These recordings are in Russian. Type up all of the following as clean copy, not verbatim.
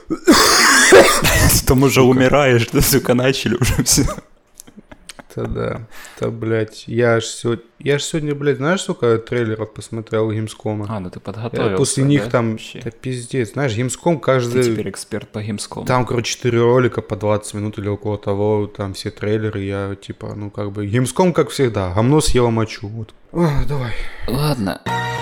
Там уже умираешь, да, сука, начали уже все. Да. Блядь, я ж сегодня, блядь, знаешь, сколько трейлеров посмотрел Gamescom? Ну ты подготовился. После них да? там, Вообще. да пиздец, знаешь, Gamescom каждый... Ты теперь эксперт по Gamescom. Там, короче, 4 ролика по 20 минут или около того, там все трейлеры, я, типа, ну, как бы, Gamescom, как всегда, гомно съело мочу, вот. Давай. Ладно.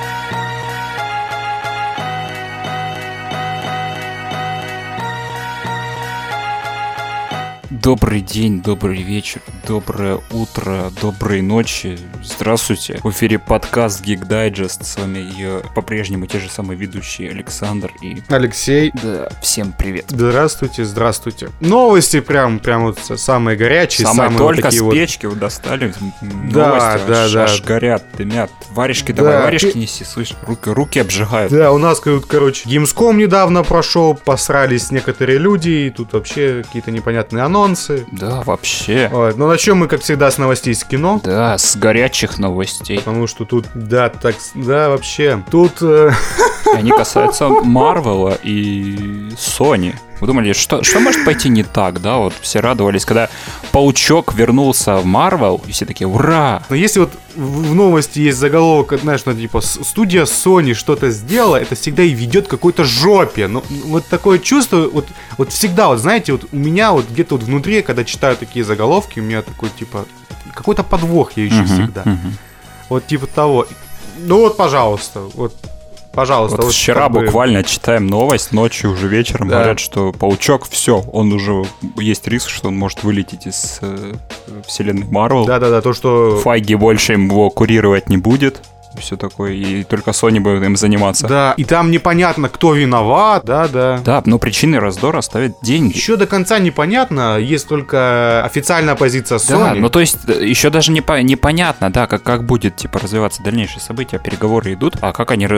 Добрый день, добрый вечер, доброе утро, доброй ночи. Здравствуйте. В эфире подкаст Geek Digest. С вами по-прежнему те же самые ведущие Александр и... Алексей. Да, всем привет. Здравствуйте. Новости прям вот самые горячие, самые только вот такие с печки вот достали. Да, Новости да. аж горят, дымят. Варежки Да. давай, варежки неси, слышь, руки обжигают. Да, у нас, короче, Gamescom недавно прошел, посрались некоторые люди, и тут вообще какие-то непонятные анонсы. Да, вообще. Вот. Но начнем мы, как всегда, с новостей с кино. Да, с горячих новостей. Потому что тут, вообще, тут... Они касаются Марвела и Sony. Вы думали, что может пойти не так, да? Вот все радовались, когда Паучок вернулся в Марвел, и все такие, ура! Но если вот в новости есть заголовок, знаешь, ну, типа, студия Sony что-то сделала, это всегда и ведет к какой-то жопе. Ну, вот такое чувство, вот всегда, вот знаете, вот у меня вот где-то вот внутри, когда читаю такие заголовки, у меня такой, типа, какой-то подвох я ищу всегда. Вот типа того. Ну вот, пожалуйста, Пожалуйста. Вот вчера буквально читаем новость, ночью уже вечером говорят, что Паучок, все, он уже, есть риск, что он может вылететь из вселенной Марвел. Да, то, что... Файги больше его курировать не будет. Все такое, и только Sony будет им заниматься. Да, и там непонятно, кто виноват, да. Да, но причиной раздора ставят деньги. Еще до конца непонятно, есть только официальная позиция Sony. Да, ну то есть еще даже непонятно, да, как будет, типа, развиваться дальнейшие события, переговоры идут, а как они,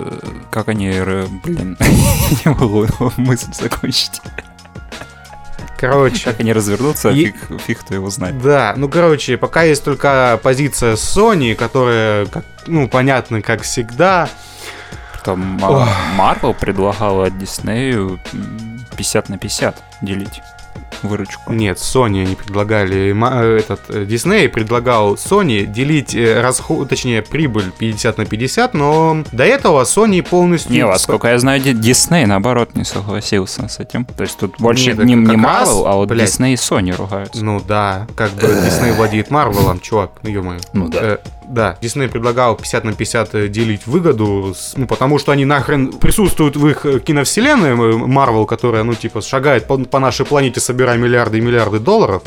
блин, не могу мысль закончить. Короче. Как они развернутся, фиг кто его знает. Да, ну короче, пока есть только позиция Sony, которая, понятно, как всегда. Там Marvel предлагала Disney 50/50 делить выручку. Нет, Sony они предлагали, Disney предлагал Sony делить прибыль 50/50, но до этого Sony полностью... Не, сколько я знаю, Disney, наоборот, не согласился с этим. То есть тут больше не Marvel, а вот Disney и Sony ругаются. Ну да, как бы Disney владеет Marvel'ом, чувак, ё-моё. Ну да. Да, Disney предлагал 50/50 делить выгоду, потому что они нахрен присутствуют в их киновселенной Marvel, которая, шагает по нашей планете, собирая миллиарды и миллиарды долларов.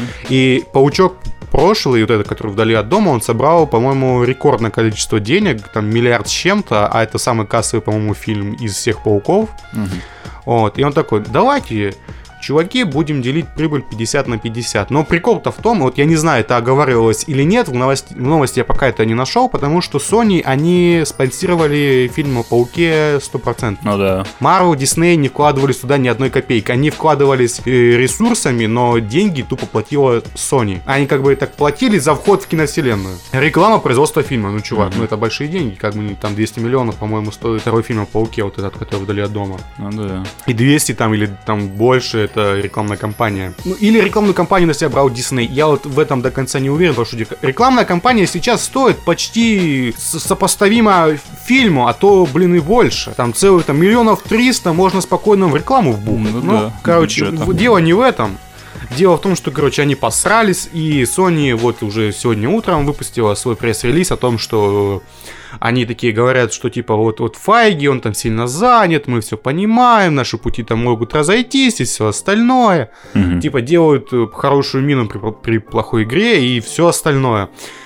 И Паучок прошлый, вот этот, который вдали от дома, он собрал, по-моему, рекордное количество денег, там миллиард с чем-то, а это самый кассовый, по-моему, фильм из всех Пауков. Вот, и он такой, давайте... Чуваки, будем делить прибыль 50/50. Но прикол-то в том, вот я не знаю, это оговаривалось или нет, в новости я пока это не нашел, потому что Sony, они спонсировали фильм о Пауке 100%. Ну да. Marvel, Disney не вкладывали сюда ни одной копейки. Они вкладывались ресурсами, но деньги тупо платила Sony. Они как бы так платили за вход в киновселенную. Реклама, производство фильма. Ну, чувак, это большие деньги. Как бы там 200 миллионов, по-моему, стоит второй фильм о Пауке, вот этот, который вдали от дома. Ну да. И 200 там, или там больше, это рекламная кампания. Ну, или рекламную кампанию на себя брал Disney. Я вот в этом до конца не уверен, потому что рекламная кампания сейчас стоит почти сопоставимо фильму, а то, блин, и больше. Там целых 300 миллионов можно спокойно в рекламу вбухать. Да, короче, бюджета. Дело не в этом. Дело в том, что, они посрались, и Sony вот уже сегодня утром выпустила свой пресс-релиз о том, что они такие говорят, что типа вот Файги, он там сильно занят, мы все понимаем, наши пути там могут разойтись и все остальное. Типа делают хорошую мину при плохой игре и все остальное.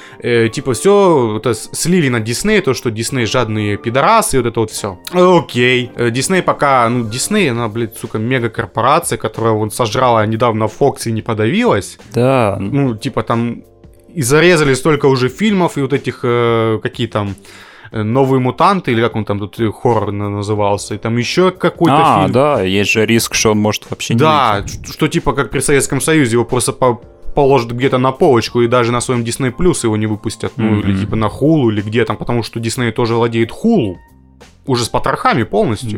Все слили на Disney, то, что Disney жадные пидорасы, и вот это вот все. Окей. Disney пока, Disney, она, блядь, сука, мегакорпорация, которая сожрала недавно Fox и не подавилась. Да. Там и зарезали столько уже фильмов, и вот этих, какие там... Новые мутанты, или как он там тут хоррор назывался, и там еще какой-то фильм. Да, есть же риск, что он может вообще не выйти. Да, что типа как при Советском Союзе его просто положат где-то на полочку, и даже на своем Disney Plus его не выпустят, или типа на Hulu, или где там, потому что Disney тоже владеет Hulu. Уже с потрохами полностью.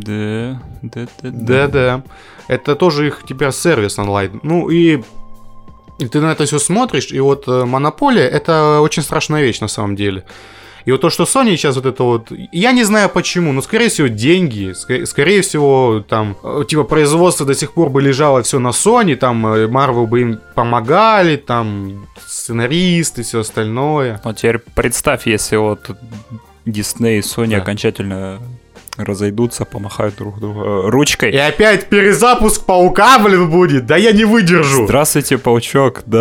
Да. Это тоже их теперь сервис онлайн. Ну и ты на это все смотришь, и вот монополия — это очень страшная вещь на самом деле. И вот то, что Sony сейчас вот это вот... Я не знаю почему, но, скорее всего, деньги. Скорее всего, там, типа, производство до сих пор бы лежало все на Sony, там, Marvel бы им помогали, там, сценаристы, все остальное. Ну, теперь представь, если вот Disney и Sony окончательно разойдутся, помахают друг другу ручкой. И опять перезапуск Паука, блин, будет. Да я не выдержу. Здравствуйте, Паучок, да.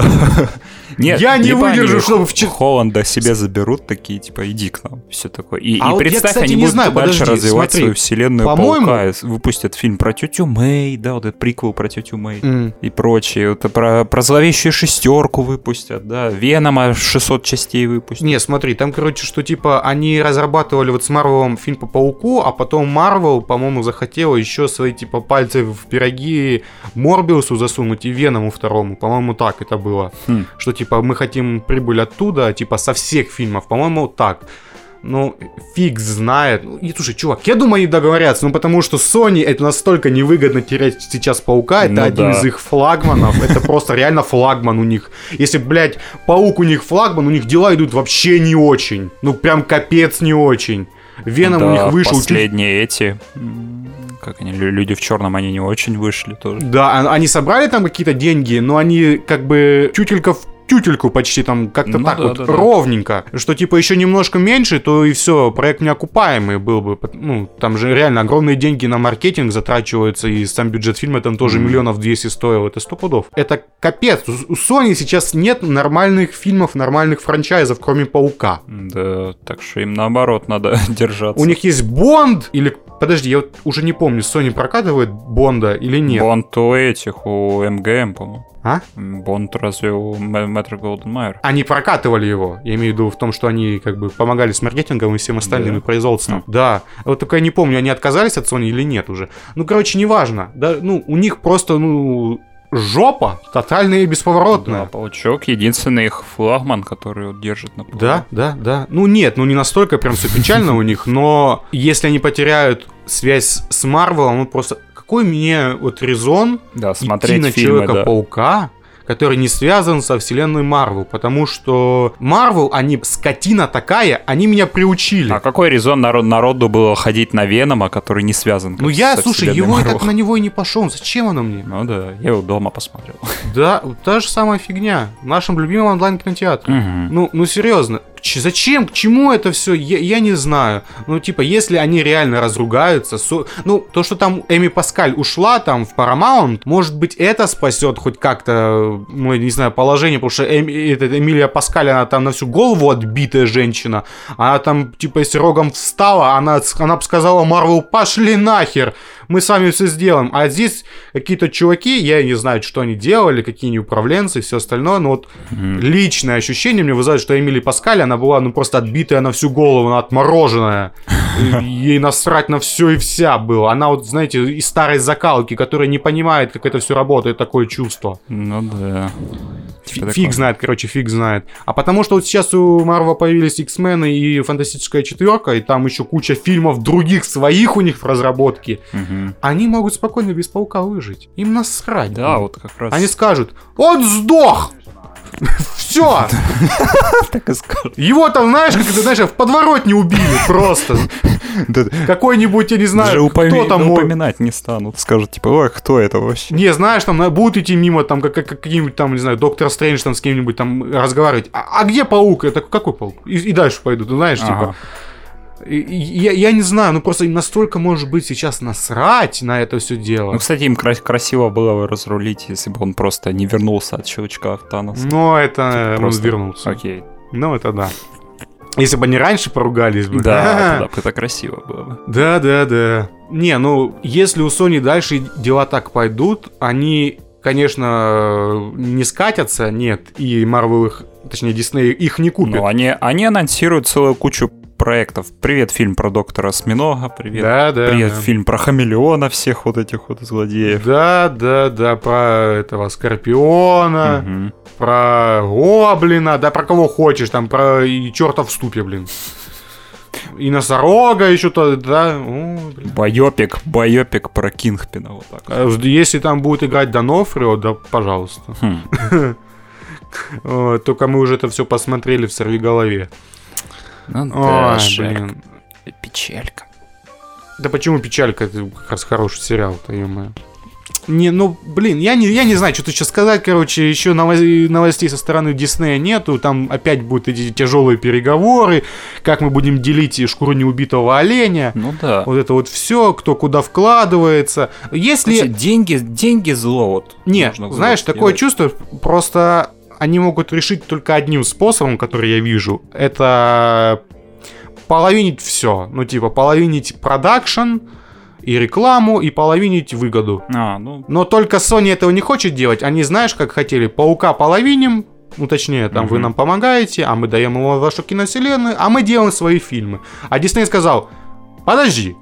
Нет, я не выдержу, чтобы Холланда себе заберут, такие, типа, иди к нам, все такое. И вот представь, я, кстати, они будут дальше развивать свою вселенную Паука, выпустят фильм про тетю Мэй, да, вот этот приквел про тетю Мэй и прочее. Вот про зловещую шестерку выпустят, да, Венома 600 частей выпустят. Не, смотри, там, короче, что, типа, они разрабатывали вот с Марвелом фильм по Пауку, а потом Марвел, по-моему, захотела еще свои, типа, пальцы в пироги Морбиусу засунуть и Веному второму, по-моему, так это было. Что, типа, мы хотим прибыль оттуда, типа, со всех фильмов, по-моему, так. Ну, фиг знает. И, слушай, чувак, я думаю, они договорятся, ну, потому что Sony это настолько невыгодно терять сейчас Паука, это один из их флагманов, это просто реально флагман у них. Если, блядь, Паук у них флагман, у них дела идут вообще не очень. Ну, прям капец не очень. Веном у них вышел... последние эти... Как они, люди в черном, они не очень вышли тоже. Да, они собрали там какие-то деньги, но они как бы тютелька в тютельку почти там как-то ровненько. Что типа еще немножко меньше, то и все, проект неокупаемый был бы. Ну, там же реально огромные деньги на маркетинг затрачиваются, и сам бюджет фильма там тоже 200 000 стоил. Это 100 пудов. Это капец. У Sony сейчас нет нормальных фильмов, нормальных франчайзов, кроме Паука. Да, так что им наоборот надо держаться. У них есть Бонд или... Подожди, я вот уже не помню, Sony прокатывает Бонда или нет? Бонд у этих, у МГМ, по-моему. А? Бонд разве у Мэтра Голденмайер? Они прокатывали его. Я имею в виду в том, что они как бы помогали с маркетингом и всем остальным, и производством. Да. Вот только я не помню, они отказались от Sony или нет уже. Ну, короче, неважно. Да, ну, у них просто, ну... жопа тотальная и бесповоротная. Да, Паучок единственный их флагман, который вот держит на плаву. Да. Ну нет, ну не настолько прям все печально у них, но если они потеряют связь с Марвелом, ну просто какой мне вот резон идти на Человека-паука, который не связан со вселенной Марвел, потому что Марвел, они скотина такая, они меня приучили. А какой резон народу было ходить на Венома, который не связан ну я, слушай, его так на него и не пошел, зачем оно мне? Ну да, я его дома посмотрел. Да, та же самая фигня, в нашем любимом онлайн-кинотеатре. Ну серьезно, зачем, к чему это все, я не знаю. Ну типа, если они реально разругаются, ну то, что там Эми Паскаль ушла там в Paramount, может быть это спасет хоть как-то, ну, не знаю, положение, потому что Эмилия Паскаль, она там на всю голову отбитая женщина, она там, типа, если рогом встала, она бы сказала Марвел, пошли нахер, мы сами все сделаем. А здесь какие-то чуваки, я не знаю, что они делали, какие они управленцы и все остальное, но вот личное ощущение мне вызывает, что Эмилия Паскаль, она была, ну, просто отбитая на всю голову, она отмороженная, ей насрать на все и вся было. Она вот, знаете, из старой закалки, которая не понимает, как это все работает, такое чувство. Ну да. Фиг знает, короче, фиг знает. А потому что вот сейчас у Марвела появились X-Men и Фантастическая четверка, и там еще куча фильмов других своих у них в разработке. Они могут спокойно без Паука выжить. Им насрать. Да, вот как раз. Они скажут, он сдох! Все! Так и скажут. Его там, знаешь, как это, знаешь, в подворотне убили просто. Какой-нибудь, я не знаю, кто там... упоминать не станут. Скажут, типа, ой, кто это вообще? Не, знаешь, там будут идти мимо, там, какие-нибудь там, не знаю, Доктор Стрэндж там с кем-нибудь там разговаривать. А где Паук? Это какой Паук? И дальше пойдут, знаешь, типа... Я не знаю, ну просто им настолько, может быть, сейчас насрать на это все дело. Ну, кстати, им красиво было бы разрулить, если бы он просто не вернулся от щелчка в Таноса. Ну, это он вернулся. Окей. Ну, это да. Если бы они раньше поругались бы. Да, тогда бы это красиво было бы. Да. Не, ну, если у Sony дальше дела так пойдут, они, конечно, не скатятся, нет, и Marvel их, точнее, Disney их не купит. Ну, они анонсируют целую кучу проектов. Привет, фильм про доктора Осьминога, привет, фильм про хамелеона, всех вот этих вот злодеев. Да, про этого Скорпиона, про Гоблина, да, про кого хочешь, там, про чёрта в ступе, блин. И носорога еще-то, да. Байопик про Кингпина. Вот так. Если там будет играть Донофрио, да, пожалуйста. Только мы уже это все посмотрели в «Сорвиголове». Ну да, блин. Печалька. Да почему печалька? Это как раз хороший сериал-то, ё-моё. Не, ну, блин, я не знаю, что тут сейчас сказать, короче, еще новостей со стороны Диснея нету, там опять будут эти тяжелые переговоры, как мы будем делить шкуру неубитого оленя. Ну да. Вот это вот все, кто куда вкладывается. Если... Деньги зло вот. Нет, знаешь, такое чувство, просто они могут решить только одним способом, который я вижу, это половинить все. Ну, типа, половинить продакшн, и рекламу, и половинить выгоду. Но только Sony этого не хочет делать. Они, знаешь, как хотели, Паука половиним, ну, точнее, там, вы нам помогаете, а мы даем его в вашу киновселенную, а мы делаем свои фильмы. А Дисней сказал, подожди.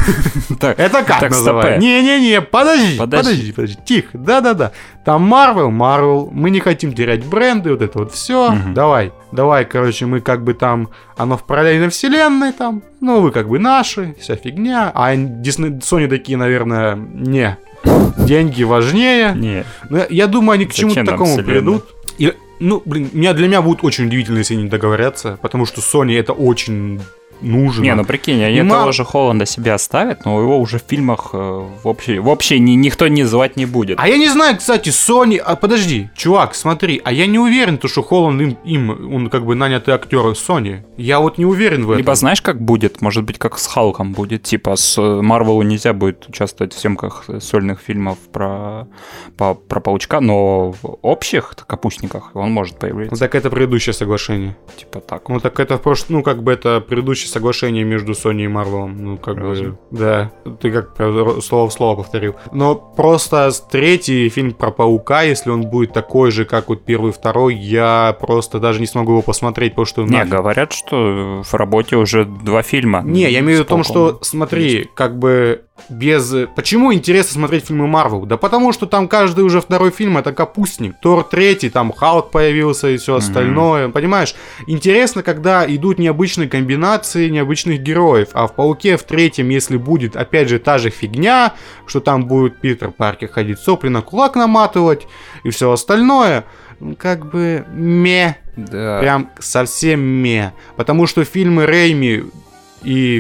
Это как называется? Не-не-не, подожди, тихо, да-да-да. Там Marvel, мы не хотим терять бренды, вот это вот все. Давай, короче, мы как бы там, оно в параллельной вселенной там, ну вы как бы наши, вся фигня. А Disney, Sony такие, наверное, не, деньги важнее. Не. Я думаю, они к чему-то такому придут. Ну, блин, для меня будет очень удивительно, если они договорятся, потому что Sony это очень... нужно. Не, ну прикинь, они того же Холланда себе оставят, но его уже в фильмах вообще никто не звать не будет. А я не знаю, кстати, Sony... подожди, чувак, смотри, а я не уверен, что Холланд он как бы нанятый актер Sony. Я вот не уверен в этом. Либо знаешь, как будет? Может быть, как с Халком будет. Типа с Марвелу нельзя будет участвовать в съемках сольных фильмов про Паучка, но в общих капустниках он может появиться. Ну так это предыдущее соглашение. Типа так. Ну так это просто, ну как бы это предыдущее соглашение между Sony и Marvel. Ну как бы, да. Ты как слово в слово повторил. Но просто третий фильм про Паука, если он будет такой же, как вот первый и второй, я просто даже не смогу его посмотреть, потому что... Не, говорят, что в работе уже 2 фильма. Не, я имею в виду в том, что, смотри, как бы без... Почему интересно смотреть фильмы Marvel? Да потому что там каждый уже второй фильм это капустник. Тор 3, там Халк появился и все остальное. Понимаешь? Интересно, когда идут необычные комбинации необычных героев. А в Пауке в 3, если будет опять же та же фигня, что там будет Питер Паркер ходить сопли на кулак наматывать и все остальное, как бы Да. Прям совсем Потому что фильмы Рэйми и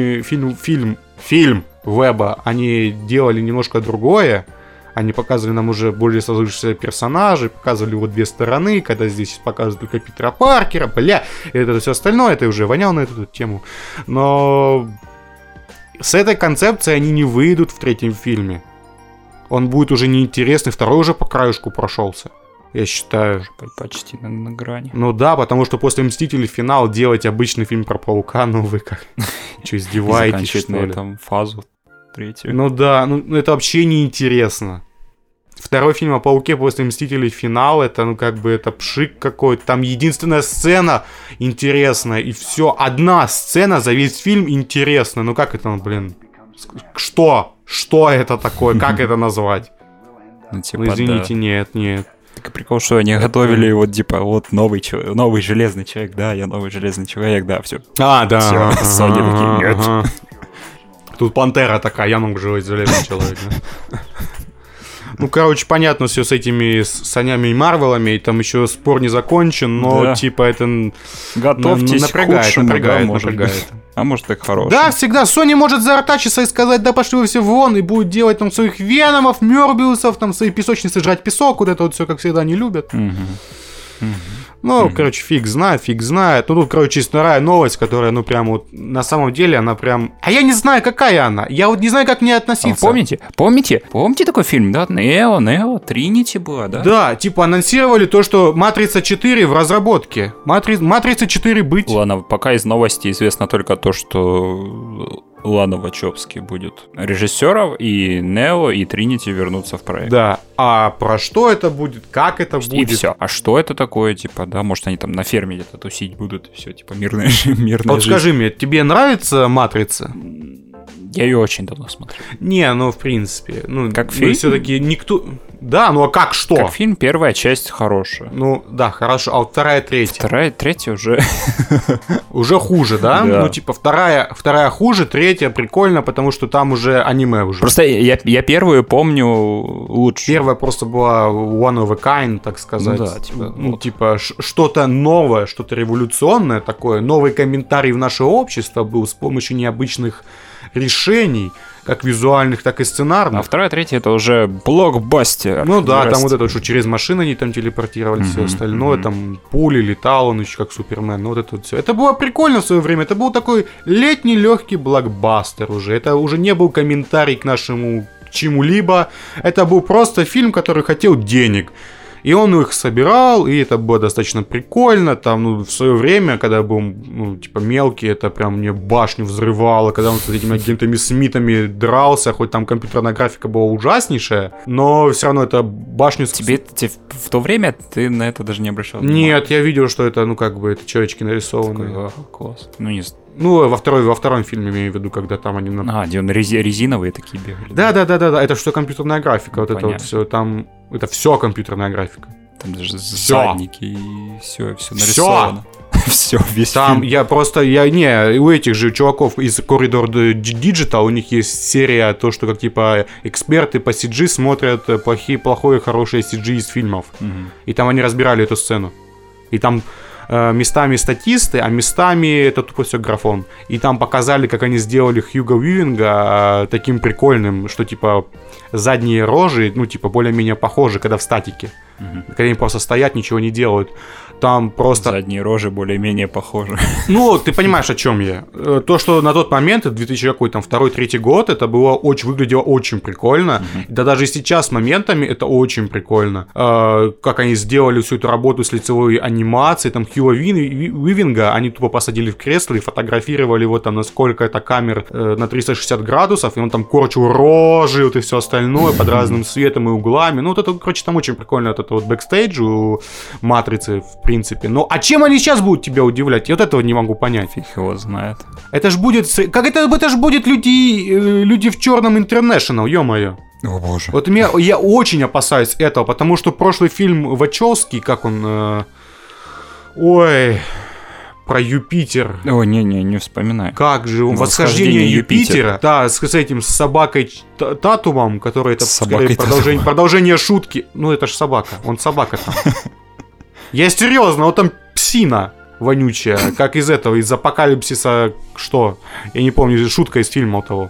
фильм Веба, они делали немножко другое. Они показывали нам уже более сложившиеся персонажей, показывали вот 2 стороны, когда здесь показывают только Питера Паркера, и это все остальное, это уже воняло на эту тему. Но с этой концепцией они не выйдут в 3 фильме. Он будет уже неинтересный, 2 уже по краешку прошелся. Я считаю. Почти на грани. Ну да, потому что после «Мстителей» финал делать обычный фильм про Паука, ну вы как? Что, издеваетесь, что ли? Там фазу 3. Ну да, ну это вообще неинтересно. 2 фильм о Пауке после «Мстителей» финал, это ну как бы это пшик какой-то. Там единственная сцена интересная, и все. Одна сцена за весь фильм интересна. Ну как это, блин? Что? Что это такое? Как это назвать? Ну извините, нет. Так и прикол, что они готовили вот типа вот новый железный человек, да, я новый железный человек, да, все. Да. Sony такие, нет. Тут Пантера такая, я новый железный человек, да. Ну, короче, понятно все с этими Санями и Марвелами, и там еще спор не закончен, но да. Типа это готовьтесь напрягает. А может, так хорошо. Да, всегда Sony может заортачиться и сказать, да пошли вы все вон, и будет делать там своих Веномов, Мёрбиусов, там свои песочницы жрать песок, вот это вот все, как всегда, они любят. Ну, короче, фиг знает. Ну, тут, короче, есть вторая новость, которая, ну, прям вот, на самом деле, она прям... А я не знаю, какая она. Я вот не знаю, как к ней относиться. Помните такой фильм, да? Нео, Тринити была, да? Да, типа анонсировали то, что Матрица 4 в разработке. Матрица 4 быть. Ладно, пока из новости известно только то, что... Лана Вачовски будет режиссером, и Нео, и Тринити вернутся в проект. Да, а про что это будет, как это будет? И все. А что это такое, типа, да, может, они там на ферме где-то тусить будут, и все, типа, мирная жизнь. Вот скажи мне, тебе нравится «Матрица»? Я ее очень давно смотрел. Не, ну, в принципе. Ну, как фильм? Все-таки никто... Да, ну а как что? Как фильм, первая часть хорошая. Ну, да, хорошо. А вот вторая, третья? Вторая, третья уже... Уже хуже, да? Да. Ну, типа, вторая хуже, третья прикольно, потому что там уже аниме уже. Просто я первую помню лучше. Первая просто была one of a kind, так сказать. Ну да, типа... Ну, типа, что-то новое, что-то революционное такое. Новый комментарий в наше общество был с помощью необычных решений, как визуальных, так и сценарных. А вторая, третья — это уже блокбастер. Ну да, там вот это, что через машины они там телепортировали, все остальное, там пули, летал он еще как Супермен, ну вот это вот все. Это было прикольно в свое время, это был такой летний легкий блокбастер уже. Это уже не был комментарий к нашему чему-либо, это был просто фильм, который хотел денег. И он их собирал, и это было достаточно прикольно. Там, ну, в свое время, когда я был, ну, типа, мелкий, это прям мне башню взрывало, когда он с этими агентами Смитами дрался, хоть там компьютерная графика была ужаснейшая, но все равно это башню... Тебе в то время ты на это даже не обращал внимания? Нет, я видел, что это, ну, как бы, это человечки нарисованные. Класс. Ну, не знаю. Ну, во втором фильме, имею в виду, когда там они... где он резиновые такие бегали. Да, это что компьютерная графика, вот это вот все, там... Это все компьютерная графика. Там даже задники и все нарисовано. Все, весь там фильм. У этих же чуваков из Corridor Digital, у них есть серия, то, что как типа эксперты по CG смотрят плохое, хорошее CG из фильмов. И там они разбирали эту сцену. И там местами статисты, а местами это тупо все графон. И там показали, как они сделали Хьюго Уивинга таким прикольным, что типа задние рожи, ну типа более-менее похожи, когда в статике. Когда они просто стоят, ничего не делают. Там просто... Задние рожи более-менее похожи. Ну, ты понимаешь, о чем я. То, что на тот момент, 2002-2003 год, это выглядело очень прикольно. Да даже и сейчас моментами это очень прикольно. Как они сделали всю эту работу с лицевой анимацией, там Хьюго Уивинга, они тупо посадили в кресло и фотографировали его там на сколько это камер на 360 градусов, и он там корчил рожи, вот и все остальное под разным светом и углами. Ну, вот это, короче, там очень прикольно, вот это вот бэкстейдж у Матрицы, в принципе. Ну, а чем они сейчас будут тебя удивлять? Я вот этого не могу понять. Фиг его знает. Это ж будет... Это ж будет люди в черном International, ё-моё. О боже. Вот я очень опасаюсь этого, потому что прошлый фильм Вачовски, как он... про Юпитер. О, не вспоминай. Как же он? Восхождение Юпитера. Да, с собакой Татумом, который это продолжение шутки. Ну, это ж собака. Он собака там. Я серьезно, вот там псина вонючая, как из Апокалипсиса, что? Я не помню, шутка из фильма того.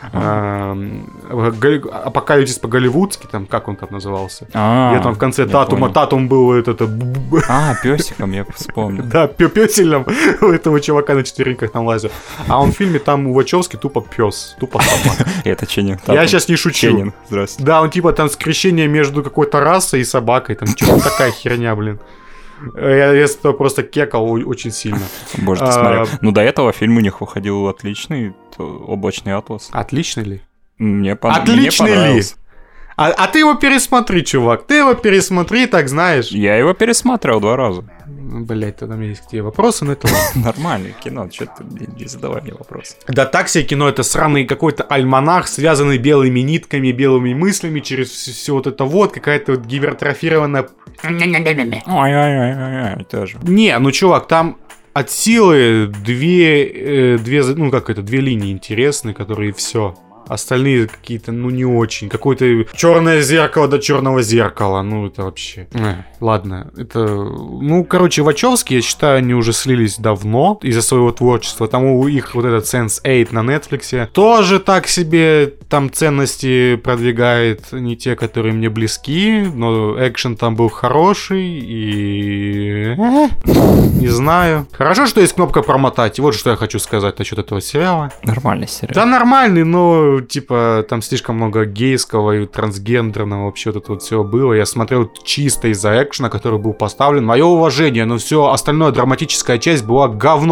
Апокалипсис по-голливудски, там, как он там назывался? Я там в конце Татум был пёсиком, я вспомнил. Да, пёселем у этого чувака на четвереньках там лазил. А он в фильме там у Вачовски тупо пёс, тупо собака. Это Ченнинг. Я сейчас не шучу. Ченнинг, здравствуйте. Да, он типа там скрещение между какой-то расой и собакой, там что-то такая херня, блин. Я с этого просто кекал очень сильно. Боже, ты смотрел. Ну, до этого фильм у них выходил отличный «Облачный атлас». Отличный ли? Мне понравился. А ты его пересмотри, чувак. Ты его пересмотри, так знаешь. Я его пересмотрел 2 раза. Блять, тогда у меня есть к тебе вопросы, но это нормальное кино, что ты не задавай мне вопросы. Да так себе кино, это сраный какой-то альманах, связанный белыми нитками, белыми мыслями, через все вот это вот, какая-то вот гипертрофированная... Ой-ой-ой, тоже. Не, ну чувак, там от силы две линии интересные, которые все. Остальные какие-то, ну, не очень. Какое-то черное зеркало до черного зеркала. Ну, это вообще... Ладно, это... Ну, короче, Вачовски, я считаю, они уже слились давно из-за своего творчества. Там у их вот этот Sense8 на Netflix тоже так себе там ценности продвигает. Не те, которые мне близки, но экшен там был хороший и... Не знаю. Хорошо, что есть кнопка промотать. Вот что я хочу сказать насчет этого сериала. Нормальный сериал. Да, нормальный, но... Типа, там слишком много гейского и трансгендерного вообще вот это вот все было. Я смотрел чисто из-за экшена, который был поставлен. Мое уважение, но все остальное драматическая часть была говном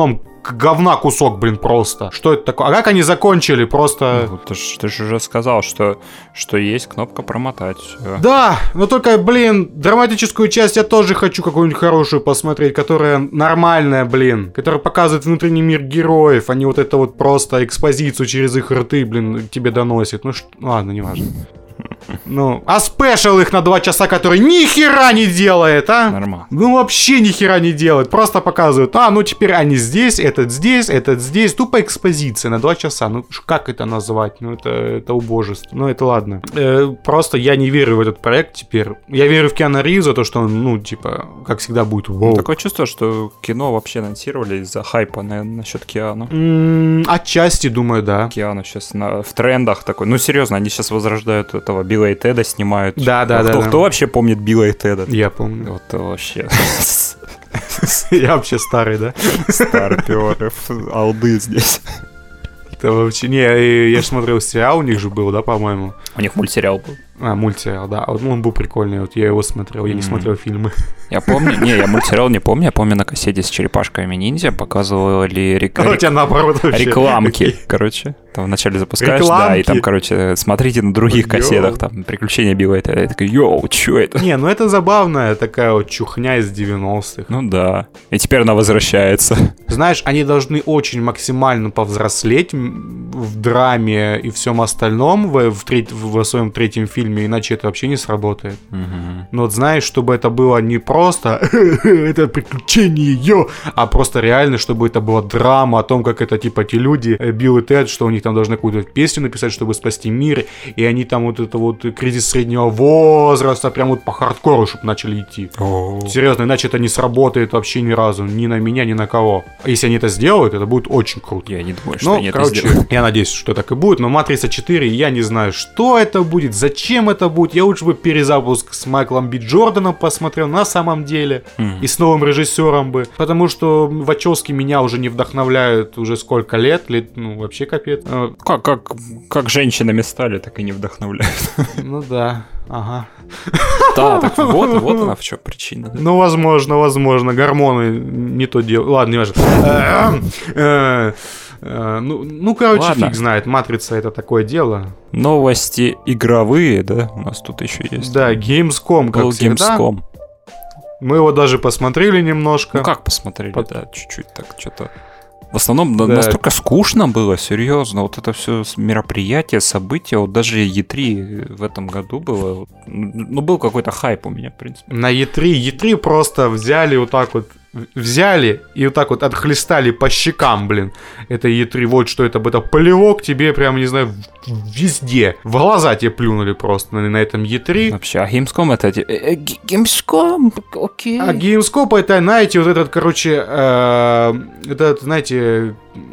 говна кусок, блин, просто. Что это такое? А как они закончили? Просто... Ну, ты же уже сказал, что есть кнопка промотать. Всё. Да, но только, блин, драматическую часть я тоже хочу какую-нибудь хорошую посмотреть, которая нормальная, блин, которая показывает внутренний мир героев, а не вот это вот просто экспозицию через их рты, блин, тебе доносит. Ну, ладно, неважно. Ну, а спешл их на 2 часа, который ни хера не делает, а? Нормально. Ну, вообще ни хера не делает. Просто показывают, ну теперь они здесь, этот здесь. Тупо экспозиция на 2 часа. Ну, как это назвать? Ну, это убожество. Ну, это ладно. Просто я не верю в этот проект теперь. Я верю в Киану Ривза, то, что он, ну, типа, как всегда будет воу. Такое чувство, что кино вообще анонсировали из-за хайпа насчет Киану. Отчасти, думаю, да. Киану сейчас в трендах такой. Ну, серьезно, они сейчас возрождают этого Билла и Теда, снимают. Да. Кто вообще помнит Билла и Теда? Я помню. Вот вообще. Я вообще старый, да? Старпёры, алды здесь. Это вообще... Не, я же смотрел сериал, у них же был, да, по-моему? У них мультсериал был. Мультсериал, да. Он был прикольный, вот я его смотрел, я не смотрел фильмы. Я помню, я мультсериал не помню, я помню на кассете с черепашками ниндзя показывали рекламки, короче. Там вначале запускаешь, да, и там, короче, смотрите на других кассетах, там, приключения Билла и Теда. Я такой, йоу, чё это? Не, ну это забавная такая вот чухня из 90-х. Ну да, и теперь она возвращается. Знаешь, они должны очень максимально повзрослеть в драме и всем остальном в своем третьем фильме, иначе это вообще не сработает. Но вот знаешь, чтобы это было не просто это приключение, а просто реально, чтобы это была драма о том, как это типа те люди, Билл и Тед, что у них там должны какую-то песню написать, чтобы спасти мир, и они там вот это вот кризис среднего возраста прям вот по хардкору, чтобы начали идти. Серьезно, иначе это не сработает вообще ни разу, ни на меня, ни на кого. А если они это сделают, это будет очень круто. Я не думаю, что они это сделают. Я надеюсь, что так и будет, но Матрица 4, я не знаю, что это будет, зачем это будет. Я лучше бы перезапуск с Майклом Би Джорданом посмотрел на самом деле, и с новым режиссером бы, потому что Вачовски меня уже не вдохновляют уже сколько лет, ну вообще капец. Как женщинами стали, так и не вдохновляют. Ну да, ага. Да, так вот она в чем причина. Ну, возможно, гормоны не то делают. Ладно, не важно. Ну, короче, ладно. Фиг знает, Матрица это такое дело. Новости игровые, да, у нас тут еще есть. Да, Gamescom, как всегда. Gamescom. Мы его даже посмотрели немножко. Ну, как посмотрели, да, чуть-чуть так, что-то... В основном настолько скучно было, серьезно. Вот это все мероприятие, события, вот даже E3 в этом году было. Ну, был какой-то хайп у меня, в принципе. На E3 просто взяли вот так вот. Взяли и вот так вот отхлестали по щекам, блин. Это E3, вот что это плевок тебе прям, не знаю, везде. В глаза тебе плюнули просто на этом E3. Вообще, а Gamescom это... Gamescom, окей. А Gamescom это, знаете, вот этот, короче, этот, знаете...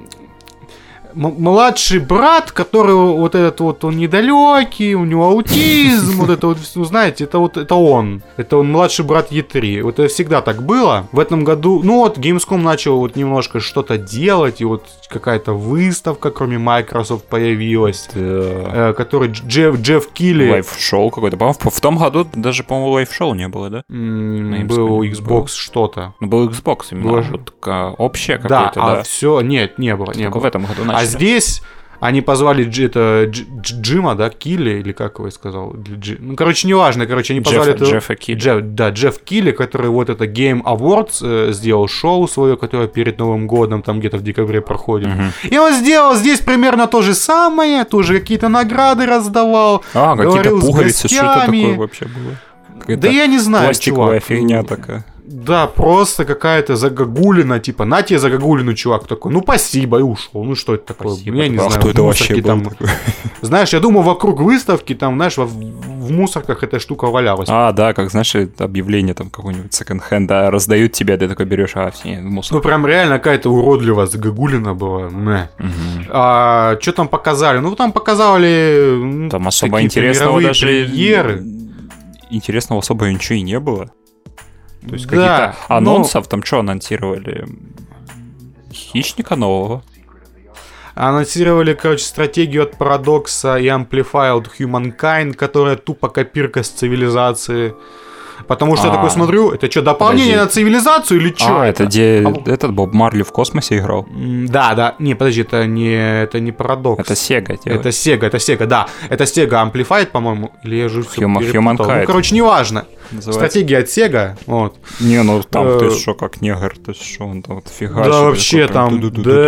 Младший брат, который вот этот вот, он недалекий, у него аутизм, вот это вот, ну, знаете, это он младший брат E3, вот это всегда так было. В этом году, ну вот, Gamescom начал вот немножко что-то делать, и вот какая-то выставка, кроме Microsoft, появилась, который Джефф Килли. Лайв-шоу какой-то, по-моему, в том году даже, по-моему, лайв-шоу не было, да? Был Xbox что-то. Ну, был Xbox именно, вот общее какое-то, да. Да, а все, нет, не было. Только в этом году начали. А здесь они позвали Джима, да, Килли, или как его я сказал? Ну, короче, неважно, они позвали... Джеффа Килли. Джефф Килли, который вот это Game Awards сделал шоу свое, которое перед Новым годом там где-то в декабре проходит. И он сделал здесь примерно то же самое, тоже какие-то награды раздавал. Какие-то пуговицы, что-то такое вообще было. Да я не знаю, пластиковая фигня такая. Да, просто какая-то загогулина, типа, на тебе загогулину, чувак такой, ну спасибо, и ушел. Ну что это такое? Спасибо. Я не знаю. Кто это вообще был? Знаешь, я думаю, вокруг выставки, там, знаешь, в мусорках эта штука валялась. Да, как, знаешь, объявление там какого-нибудь секонд-хенд, да, раздают тебе, ты такой берешь, все, мусор. Ну прям реально какая-то уродливая загогулина была. Что там показали? Ну там показали там особо интересного даже премьеры. Интересного особо ничего и не было. То есть каких-то анонсов, там что анонсировали? Хищника нового. Анонсировали, короче, стратегию от Парадокса и Amplify от Humankind, которая тупо копирка с цивилизации. Потому что я такой смотрю, это что, дополнение на цивилизацию или что? Это где этот Боб Марли в космосе играл? Да. Не, подожди, это не Парадокс. Это Sega. Это Sega, да. Это Sega Amplified, по-моему. Или я же все перепутал. Ну, короче, неважно. Стратегия от Sega, вот. Не, ну там ты что, как негр, ты что, он там фига. Да, вообще там,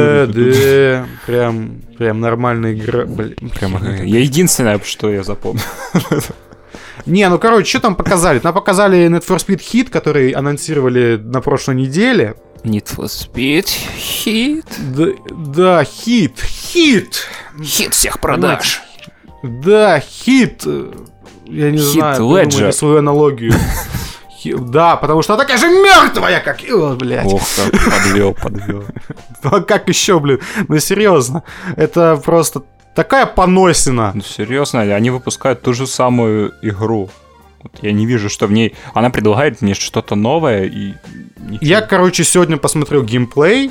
прям нормальная игра, блин. Я единственное, что я запомнил. Не, ну короче, что там показали? Нам показали Need for Speed Heat, который анонсировали на прошлой неделе. Need for Speed Heat? Да, Heat. Хит всех продаж. Да, Heat. Я не знаю, придумайте свою аналогию. Да, потому что она такая же мертвая, как... блядь. Ох, как подвел. Как еще, блин? Ну серьезно, это просто... Такая поносина. Ну, серьезно, они выпускают ту же самую игру. Вот я не вижу, что в ней... Она предлагает мне что-то новое и... Ничего. Я, короче, сегодня посмотрел геймплей.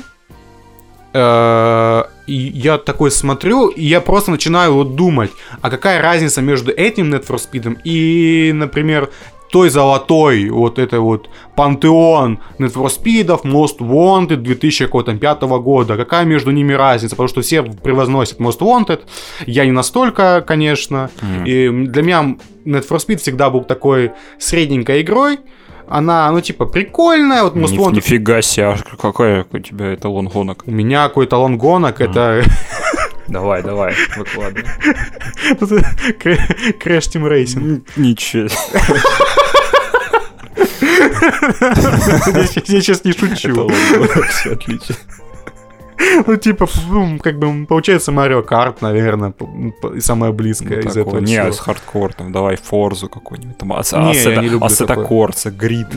И я такой смотрю, и я просто начинаю вот думать, а какая разница между этим Need for Speed и, например, той золотой, вот это вот пантеон Need for Speed'ов, Most Wanted 2005 года. Какая между ними разница? Потому что все превозносят Most Wanted. Я не настолько, конечно. И для меня Need for Speed всегда был такой средненькой игрой. Она, ну, типа, прикольная. Вот Most Wanted... Нифига себе, какой у тебя эталон гонок? У меня какой эталон гонок, это... Давай, выкладывай. Crash Team Racing. Ничего. Я сейчас не шучу. Все отлично. Ну, типа, как бы, получается, Mario Kart, наверное, самое близкое из этого всего. Не, с хардкортом, давай Форзу какой-нибудь. Там, я не люблю Ассета Корса, Грид,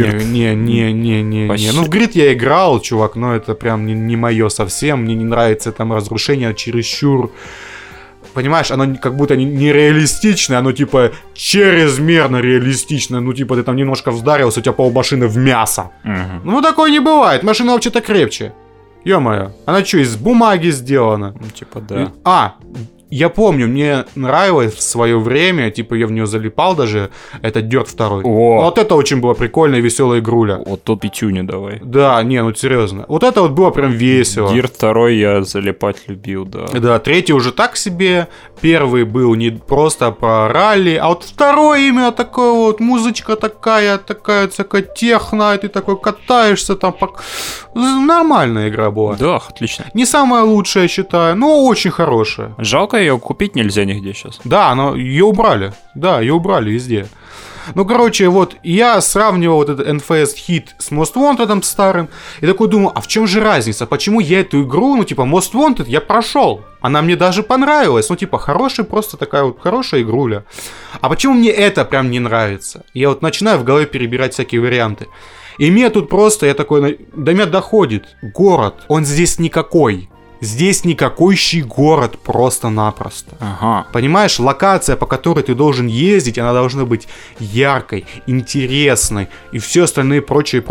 Не. Ну, в Грид я играл, чувак, но это прям не мое совсем. Мне не нравится там разрушение чересчур... Понимаешь, оно как будто нереалистичное, оно типа чрезмерно реалистичное. Ну, типа, ты там немножко вдарился, у тебя полмашины в мясо. Ну, такое не бывает, машина вообще-то крепче. Ё-моё, она что, из бумаги сделана? Ну, типа, да. Я помню, мне нравилось в свое время, типа я в нее залипал даже, это Dirt 2. Вот это очень было прикольно и веселая игруля. Вот тут пятюню давай. Да, не, ну серьезно. Вот это вот было прям весело. Dirt 2 я залипать любил, да. Да, третий уже так себе. Первый был не просто про ралли, а вот второй именно такой вот, музычка такая техно, и ты такой катаешься там. Нормальная игра была. Да, отлично. Не самая лучшая, считаю, но очень хорошая. Жалко, ее купить нельзя нигде сейчас. Да, но ее убрали. Да, ее убрали везде. Ну, короче, вот я сравнивал вот этот NFS Heat с Most Wanted старым, и такой думаю, а в чем же разница? Почему я эту игру, ну, типа, Most Wanted я прошел? Она мне даже понравилась, ну, типа, хорошая, просто такая вот хорошая игруля. А почему мне это прям не нравится? Я вот начинаю в голове перебирать всякие варианты. И мне тут просто, я такой, до меня доходит, город, он здесь никакой. Здесь никакойщий город просто-напросто. Ага. Понимаешь, локация, по которой ты должен ездить, она должна быть яркой, интересной и все остальное прочее.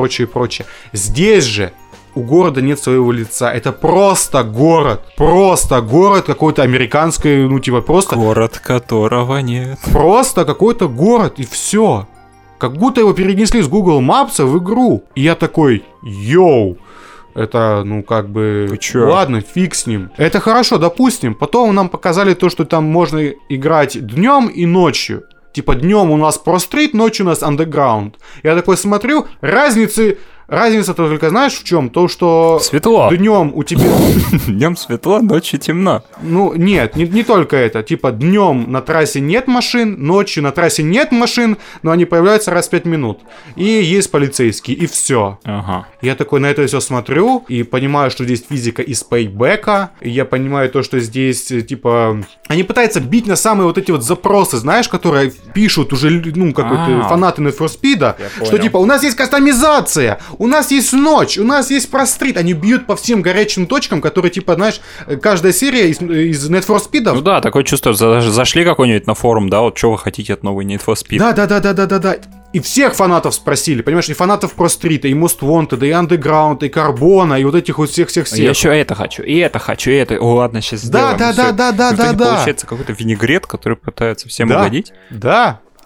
Здесь же у города нет своего лица. Это просто город какой-то американский, ну типа просто... Город, которого нет. Просто какой-то город и все. Как будто его перенесли с Google Maps в игру. И я такой, йоу. Это, ну, как бы... Ладно, фиг с ним. Это хорошо, допустим. Потом нам показали то, что там можно играть днем и ночью. Типа, днем у нас Pro Street, ночью у нас Underground. Я такой смотрю, разница только знаешь в чем? То, что... Светло. Днем у тебя... Днем светло, ночью темно. Ну, нет, не только это. Типа, днем на трассе нет машин, ночью на трассе нет машин, но они появляются раз в 5 минут. И есть полицейские, и все. Ага. Я такой на это все смотрю и понимаю, что здесь физика из пейбэка. И я понимаю то, что здесь, типа... Они пытаются бить на самые вот эти вот запросы, знаешь, которые пишут уже, ну, какой-то фанаты Need for Speed, что типа, у нас есть кастомизация, у нас есть ночь, у нас есть Pro Street. Они бьют по всем горячим точкам, которые, типа, знаешь, каждая серия из Need for Speed. Ну да, такое чувство, зашли какой-нибудь на форум, да, вот что вы хотите от новой Need for Speed. Да. И всех фанатов спросили, понимаешь, и фанатов Pro Street, и Most Wanted, и Underground, и Карбона, и вот этих вот всех-всех. Я еще это хочу, и это хочу, и это. О, ладно, сейчас сделаем. Да. Получается какой-то винегрет, который пытается всем угодить. Да.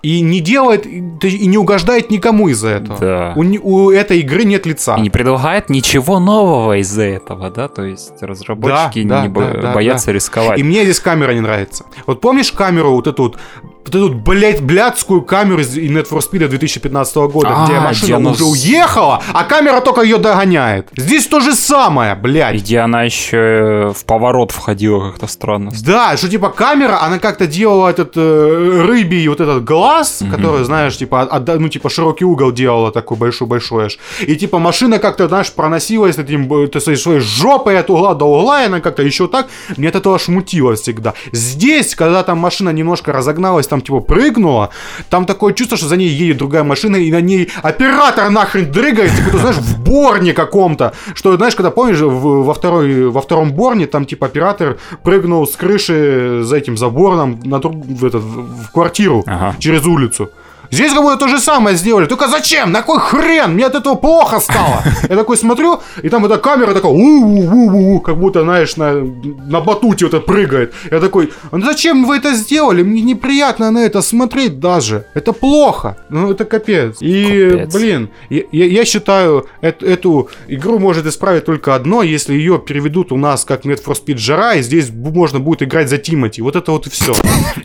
и не делает, и не угождает никому из-за этого. Да. У этой игры нет лица. И не предлагает ничего нового из-за этого, да? То есть разработчики боятся рисковать. И мне здесь камера не нравится. Вот помнишь камеру, вот эту блядскую камеру из Need for Speed 2015 года, где машина уже уехала, а камера только ее догоняет. Здесь то же самое, блядь. Где она еще в поворот входила как-то странно. Да, что типа камера, она как-то делала этот рыбий вот этот глаз, который, знаешь, типа, широкий угол делала такой большой-большой аж. И типа машина как-то, знаешь, проносилась своей жопой от угла до угла, и она как-то еще так. Мне от этого аж мутило всегда. Здесь, когда там машина немножко разогналась, там типа прыгнула, там такое чувство, что за ней едет другая машина, и на ней оператор нахрен дрыгается, типа, ты знаешь, в борне каком-то. Что, знаешь, когда помнишь, во втором борне, там типа оператор прыгнул с крыши за этим забором в квартиру через улицу. Здесь как будто то же самое сделали. Только зачем? На кой хрен? Мне от этого плохо стало. Я такой смотрю, и там эта камера такая, как будто, знаешь, на батуте вот это прыгает. Я такой, ну зачем вы это сделали? Мне неприятно на это смотреть даже. Это плохо. Ну, это капец. И, блин, я считаю, эту игру может исправить только одно, если ее переведут у нас как Need for Speed Жара, и здесь можно будет играть за Тимати. Вот это вот и все.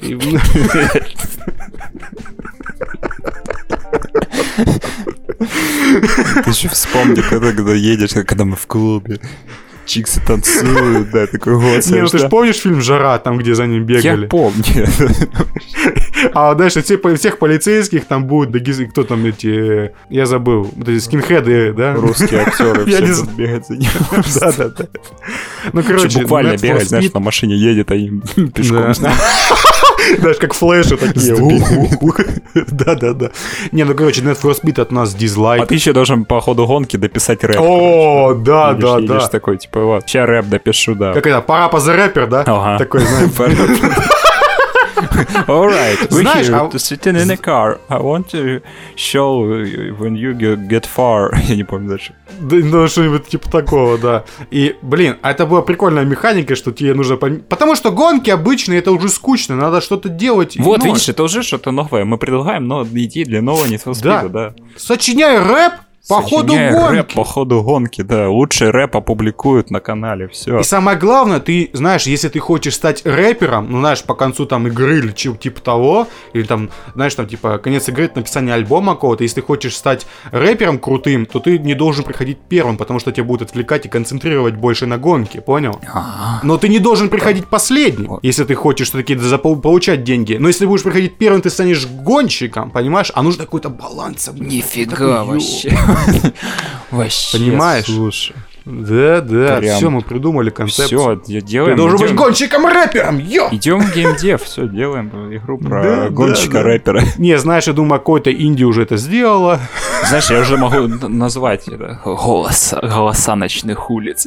Ты еще вспомни, когда едешь, когда мы в клубе, чиксы танцуют, да, такой год. Не, ну ты же помнишь фильм «Жара», там, где за ним бегали? Я помню. А дальше всех полицейских там будут, кто там эти, я забыл, вот эти скинхеды, да? Русские актеры все будут бегать за ним. Да. Ну, короче, буквально бегать, знаешь, на машине едет, а им пешком. Знаешь, как флеши такие. Да. Не, ну, короче, Need for Speed от нас дизлайк. А ты еще должен по ходу гонки дописать рэп. О, да. Едешь такой, типа, вот, сейчас рэп допишу, да. Как это, пора за рэпер, да? Ага. Такой, знаешь. Alright, we're here to sitting in a car. I want to show when you get far. Я не помню дальше. Ну, что-нибудь типа такого, да. И, блин, а это была прикольная механика, что тебе нужно... Потому что гонки обычные, это уже скучно, надо что-то делать. Вот, видишь, это уже что-то новое. Мы предлагаем идти для нового Need for Speed, да. Сочиняй рэп по ходу гонки. Рэп по ходу гонки, да. Лучший рэп опубликуют на канале, все. И самое главное, ты знаешь, если ты хочешь стать рэпером, ну, знаешь, по концу там игры или типа того, или там, знаешь, там, типа, конец игры — это написание альбома какого-то, если ты хочешь стать рэпером крутым, то ты не должен приходить первым, потому что тебя будут отвлекать и концентрировать больше на гонке, понял? Но ты не должен приходить последним, если ты хочешь все-таки получать деньги. Но если будешь приходить первым, ты станешь гонщиком, понимаешь? А нужно какой-то баланс. Нифига вообще. Вообще, понимаешь? Слушай. Да, прям... все, мы придумали концепцию. Все, делаем. Ты должен быть гонщиком-рэпером, Идем в геймдев, все, делаем игру про гонщика-рэпера. Не, знаешь, я думаю, какой-то инди уже это сделала. Знаешь, я уже могу назвать это голоса ночных улиц.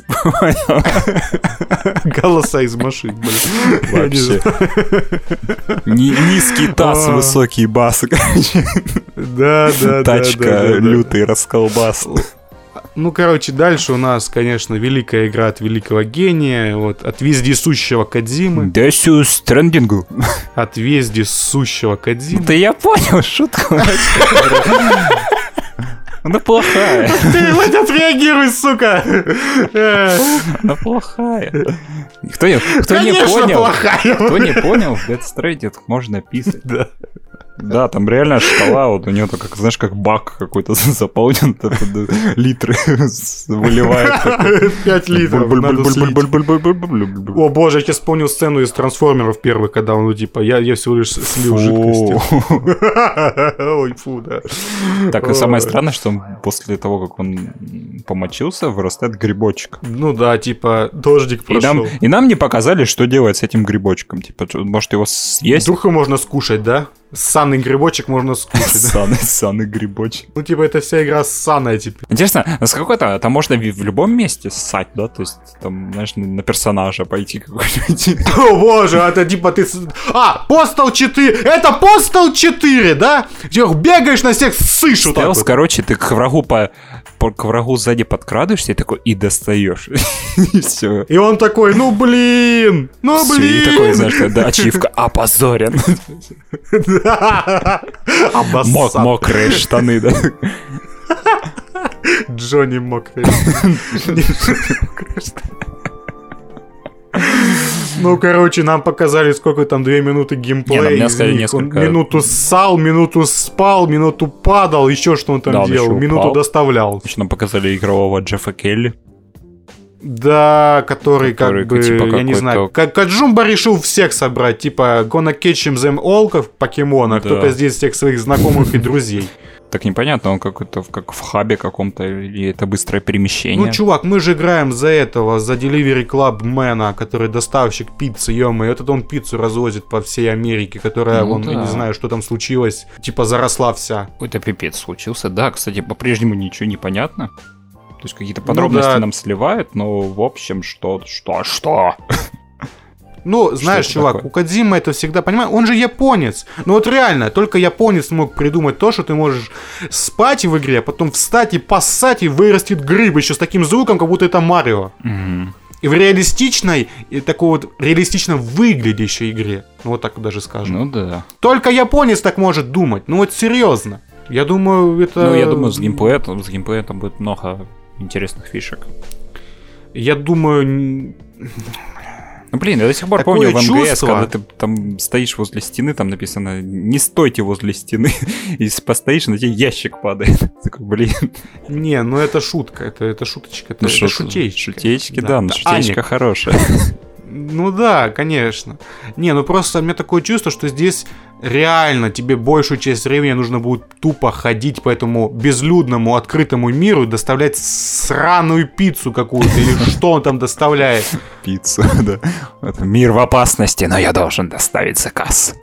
Голоса из машин, блин. Вообще. Низкий таз, высокий бас. Да. Тачка, лютый расколбас. Ну, короче, дальше у нас, конечно, великая игра от великого гения, вот, от вездесущего Кодзимы. Десю Стрэндингу. От вездесущего Кодзимы. Да я понял шутку. Она плохая. Ты хоть отреагируй, сука. Она плохая. Кто не понял, в Death Stranding можно писать. Да, там реально шкала, вот у нее так, как, знаешь, как бак какой-то заполнен, литры выливает. 5 литров. О боже, я сейчас вспомнил сцену из Трансформеров первых, когда он, типа, я всего лишь слил жидкости. Ой, фу, да. Так, и самое странное, что после того, как он помочился, вырастает грибочек. Ну да, типа, дождик прошел. И нам не показали, что делать с этим грибочком. Типа, может его съесть? Вдруг его можно скушать, да? Ссаный грибочек можно скушать. Ссаный грибочек. Ну, типа, это вся игра ссаная теперь. Интересно, насколько это можно в любом месте ссать, да? То есть, там, знаешь, на персонажа пойти какой-нибудь. О, боже, это типа ты... Postal 4! Это Postal 4, да? Ты бегаешь на всех, ссышь вот так вот. Короче, ты к врагу сзади подкрадываешься и такой, и достаешь. И все. И он такой, ну блин! И такой, знаешь, да, ачивка, опозорен. Мокрые штаны, да? Джонни мокрые. Ну, короче, нам показали, сколько там, 2 минуты геймплея. Несколько... Он минуту ссал, минуту спал, минуту падал, еще что он там делал, минуту доставлял. Еще нам показали игрового Джеффа Келли. Да, который как бы, типа, я не знаю, как Каджумба решил всех собрать, типа, gonna catch them all, как в покемонах, только здесь всех своих знакомых и друзей. Так непонятно, он какой-то как в хабе каком-то, или это быстрое перемещение. Ну, чувак, мы же играем за этого, за Delivery Club Мэна, который доставщик пиццы, ё-моё, этот он пиццу развозит по всей Америке, которая, я не знаю, что там случилось, типа заросла вся. Какой-то пипец случился, да, кстати, по-прежнему ничего не понятно. То есть какие-то подробности нам сливают, но в общем, что? Ну, знаешь, чувак, такое? У Кодзимы это всегда, понимаешь, он же японец. Ну вот реально, только японец мог придумать то, что ты можешь спать в игре, а потом встать и поссать, и вырастет гриб еще с таким звуком, как будто это Марио. И в реалистичной, и такой вот реалистично выглядящей игре. Ну вот так даже скажем. Ну да. Только японец так может думать. Ну вот серьезно. Я думаю, это... Ну я думаю, с геймплеем там будет много интересных фишек. Я думаю... Ну, блин, я до сих пор помню в МГС, когда ты там стоишь возле стены, там написано «Не стойте возле стены», и постоишь, на тебя ящик падает. Такой, блин. Не, ну это шутка, это шуточка, это шутеечка. Шутеечки, да, но шутеечка хорошая. Ну да, конечно. Не, ну просто у меня такое чувство, что здесь реально тебе большую часть времени нужно будет тупо ходить по этому безлюдному открытому миру и доставлять сраную пиццу какую-то, или что он там доставляет. Пиццу, да. Мир в опасности, но я должен доставить заказ.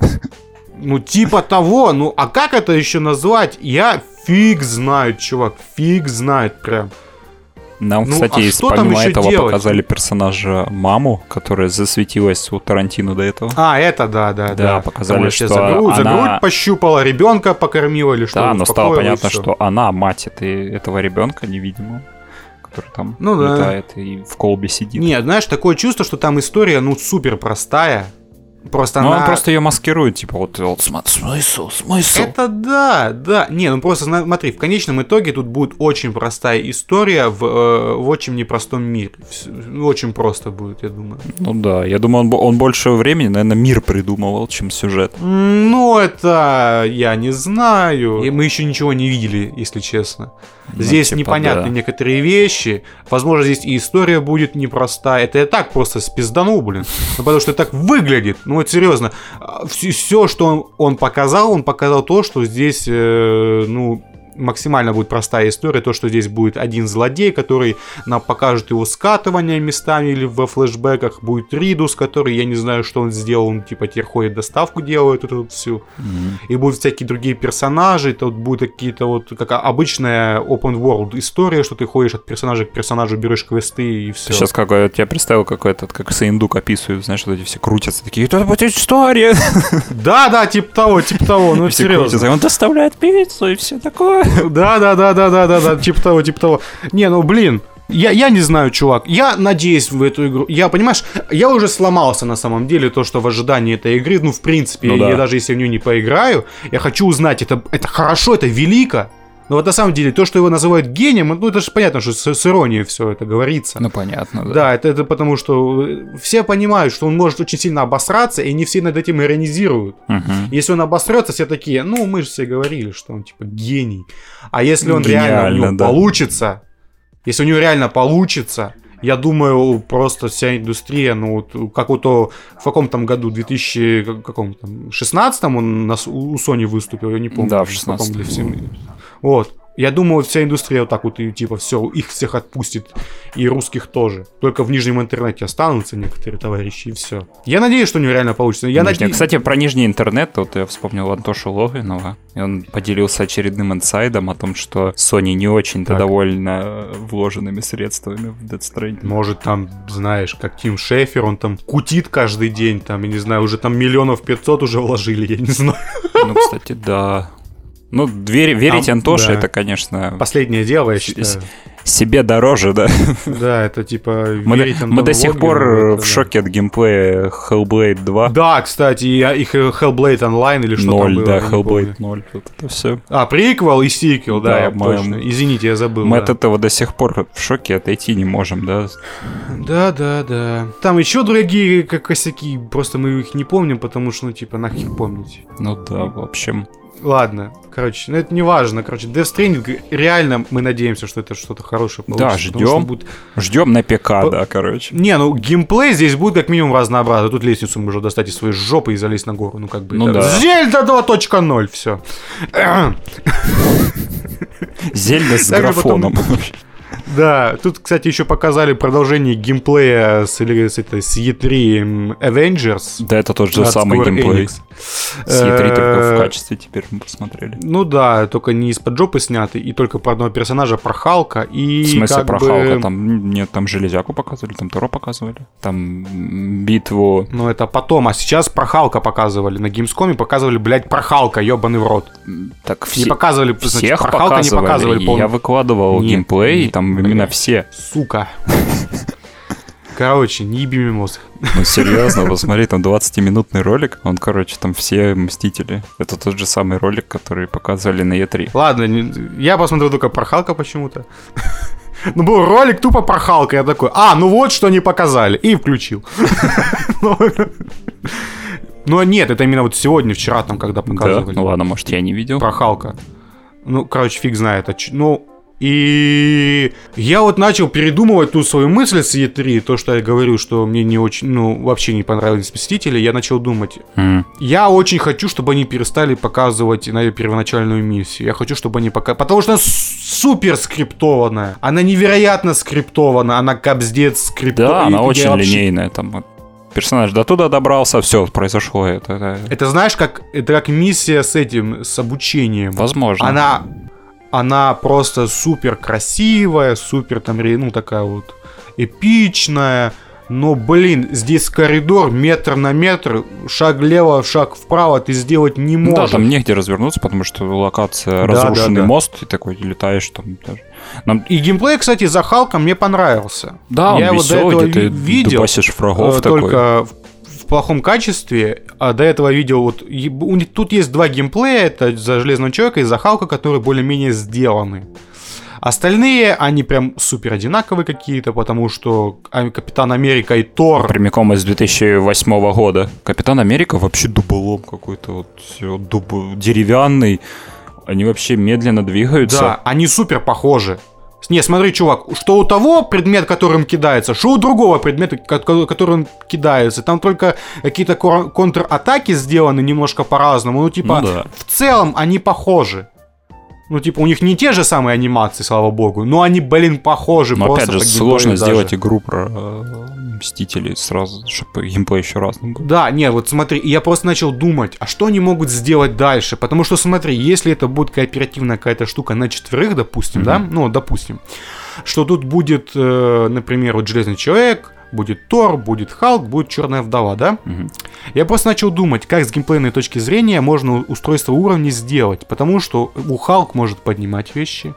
Ну типа того, ну а как это еще назвать? Я фиг знаю, чувак, фиг знает прям. Нам, кстати, помимо этого показали персонажа маму, которая засветилась у Тарантино до этого. Это да. Показали, что за грудь пощупала, ребенка покормила или что. Да, но стало понятно, что она мать этого ребенка невидимого, который там летает и в колбе сидит. Нет, знаешь, такое чувство, что там история, супер простая. Просто он просто ее маскирует, типа, вот смысл. Это да. Не, ну просто смотри, в конечном итоге тут будет очень простая история в очень непростом мире. Очень просто будет, я думаю. Ну да, я думаю, он больше времени, наверное, мир придумывал, чем сюжет. Ну, это я не знаю. И мы еще ничего не видели, если честно. Здесь типа, непонятны некоторые вещи. Возможно, здесь и история будет непростая. Это я так просто спизданул, блин. Ну, потому что это так выглядит. Ну, вот серьезно. Все, что он показал то, что здесь, максимально будет простая история. То, что здесь будет один злодей, который нам покажет его скатывание местами или во флешбеках. Будет Ридус, который, я не знаю, что он сделал. Он типа теперь ходит, доставку делает эту всю. И будут всякие другие персонажи. Тут будут какие-то вот, как обычная open world история, что ты ходишь от персонажа к персонажу, берешь квесты и все. Сейчас я тебя представил, как Саиндук описывают, знаешь, вот эти все крутятся, такие, это будет история. Да, типа того, ну серьезно. Он доставляет пиццу и все такое. Да, типа того. Не, ну блин, я не знаю, чувак. Я надеюсь в эту игру. Понимаешь, я уже сломался на самом деле, то, что в ожидании этой игры, в принципе, я даже если в нее не поиграю, я хочу узнать, это хорошо, это велико. Но вот на самом деле, то, что его называют гением, это же понятно, что с иронией все это говорится. Ну, понятно, да. Да, это потому, что все понимают, что он может очень сильно обосраться, и не все над этим иронизируют. Если он обосрется, все такие, мы же все говорили, что он типа гений. А если он реально получится, если у него реально получится, я думаю, просто вся индустрия, как вот в каком там году, 2016 он у Sony выступил, я не помню. Да, в 16-м. Вот. Я думаю, вся индустрия вот так вот, и типа все, их всех отпустит, и русских тоже. Только в нижнем интернете останутся некоторые товарищи, и все. Я надеюсь, что у него реально получится. Кстати, про нижний интернет, вот я вспомнил Антошу Логвинова, и он поделился очередным инсайдом о том, что Sony не очень-то довольна вложенными средствами в Death Stranding. Может, там, знаешь, как Тим Шефер, он там кутит каждый день, там, я не знаю, уже там 500 000 уже вложили, я не знаю. Ну, кстати, да. Ну, верить Антоше, это, конечно... Последнее дело, я считаю. Себе дороже, да? Да, это типа... Мы до сих пор в шоке от геймплея Hellblade 2. Да, кстати, и Hellblade Online или что 0, там было. Да, Hellblade 0. Это все. Приквел и сиквел, да, я точно. Извините, я забыл. Мы от этого до сих пор в шоке отойти не можем, да? Да. Там еще другие косяки, просто мы их не помним, потому что, нахер помнить. Ну да, в общем... Ладно, короче, это не важно. Короче, Death Stranding, реально мы надеемся, что это что-то хорошее получится. Да, ждем на ПК, да, короче. Не, геймплей здесь будет как минимум разнообразный. Тут лестницу можно достать из своей жопы и залезть на гору. Да. Зельда 2.0, все. Зельда с графоном. Да, тут, кстати, еще показали продолжение геймплея с E3 Avengers. Да, это тот же самый геймплей. С E3 только в качестве теперь мы посмотрели. Ну да, только не из-под жопы снятый, и только про одного персонажа, про Халка. И в смысле про Халка? Там Железяку показывали, там Торо показывали, там битву... Ну это потом, а сейчас про Халка показывали. На Gamescom показывали, блядь, про Халка, ёбаный в рот. Так не показывали, всех про Халка не показывали. Я выкладывал геймплей, и там именно все. Сука. Короче, не еби мне мозг. Ну, серьезно, посмотри, там 20-минутный ролик, он, там все Мстители. Это тот же самый ролик, который показывали на E3. Ладно, я посмотрел только про Халка почему-то. Ну, был ролик тупо про Халка, я такой, вот что они показали, и включил. Ну, нет, это именно вот сегодня, вчера там, когда показывали. Да? Ну, ладно, может, я не видел. Про Халка. Ну, короче, фиг знает. И я вот начал передумывать ту свою мысль с E3, то, что я говорю, что мне не очень, вообще не понравились Мстители, я начал думать. Я очень хочу, чтобы они перестали показывать первоначальную миссию. Я хочу, чтобы они потому что она супер скриптованная. Она невероятно скриптована, она капздец скриптованная. Да, она очень линейная, там... Персонаж до туда добрался, все, произошло это. Это знаешь, это как миссия с обучением. Возможно. Она просто супер красивая, супер такая вот эпичная. Но, здесь коридор метр на метр, шаг влево, шаг вправо ты сделать не можешь. Да, там негде развернуться, потому что локация разрушенный мост, и такой летаешь там даже. И геймплей, кстати, за Халка мне понравился. Да, он веселый, где ты дубасишь врагов только в плохом качестве, а до этого видел тут есть два геймплея, это за Железного Человека и за Халка, которые более-менее сделаны. Остальные, они прям супер одинаковые какие-то, потому что Капитан Америка и Тор... Прямиком из 2008 года. Капитан Америка вообще дуболом какой-то, деревянный. Они вообще медленно двигаются. Да, они супер похожи. Не, смотри, чувак, что у того предмет, которым кидается, что у другого предмета, которым кидается. Там только какие-то контратаки сделаны немножко по-разному. В целом они похожи. У них не те же самые анимации, слава богу, но они, похожи. Но опять же, сложно сделать игру про Мстителей сразу, чтобы геймплей еще разным был. Да, смотри, я просто начал думать, а что они могут сделать дальше? Потому что, смотри, если это будет кооперативная какая-то штука на 4, допустим, да? Допустим, что тут будет, например, Железный Человек, будет Тор, будет Халк, будет Черная Вдова, да? Я просто начал думать, как с геймплейной точки зрения можно устройство уровней сделать, потому что Халк может поднимать вещи,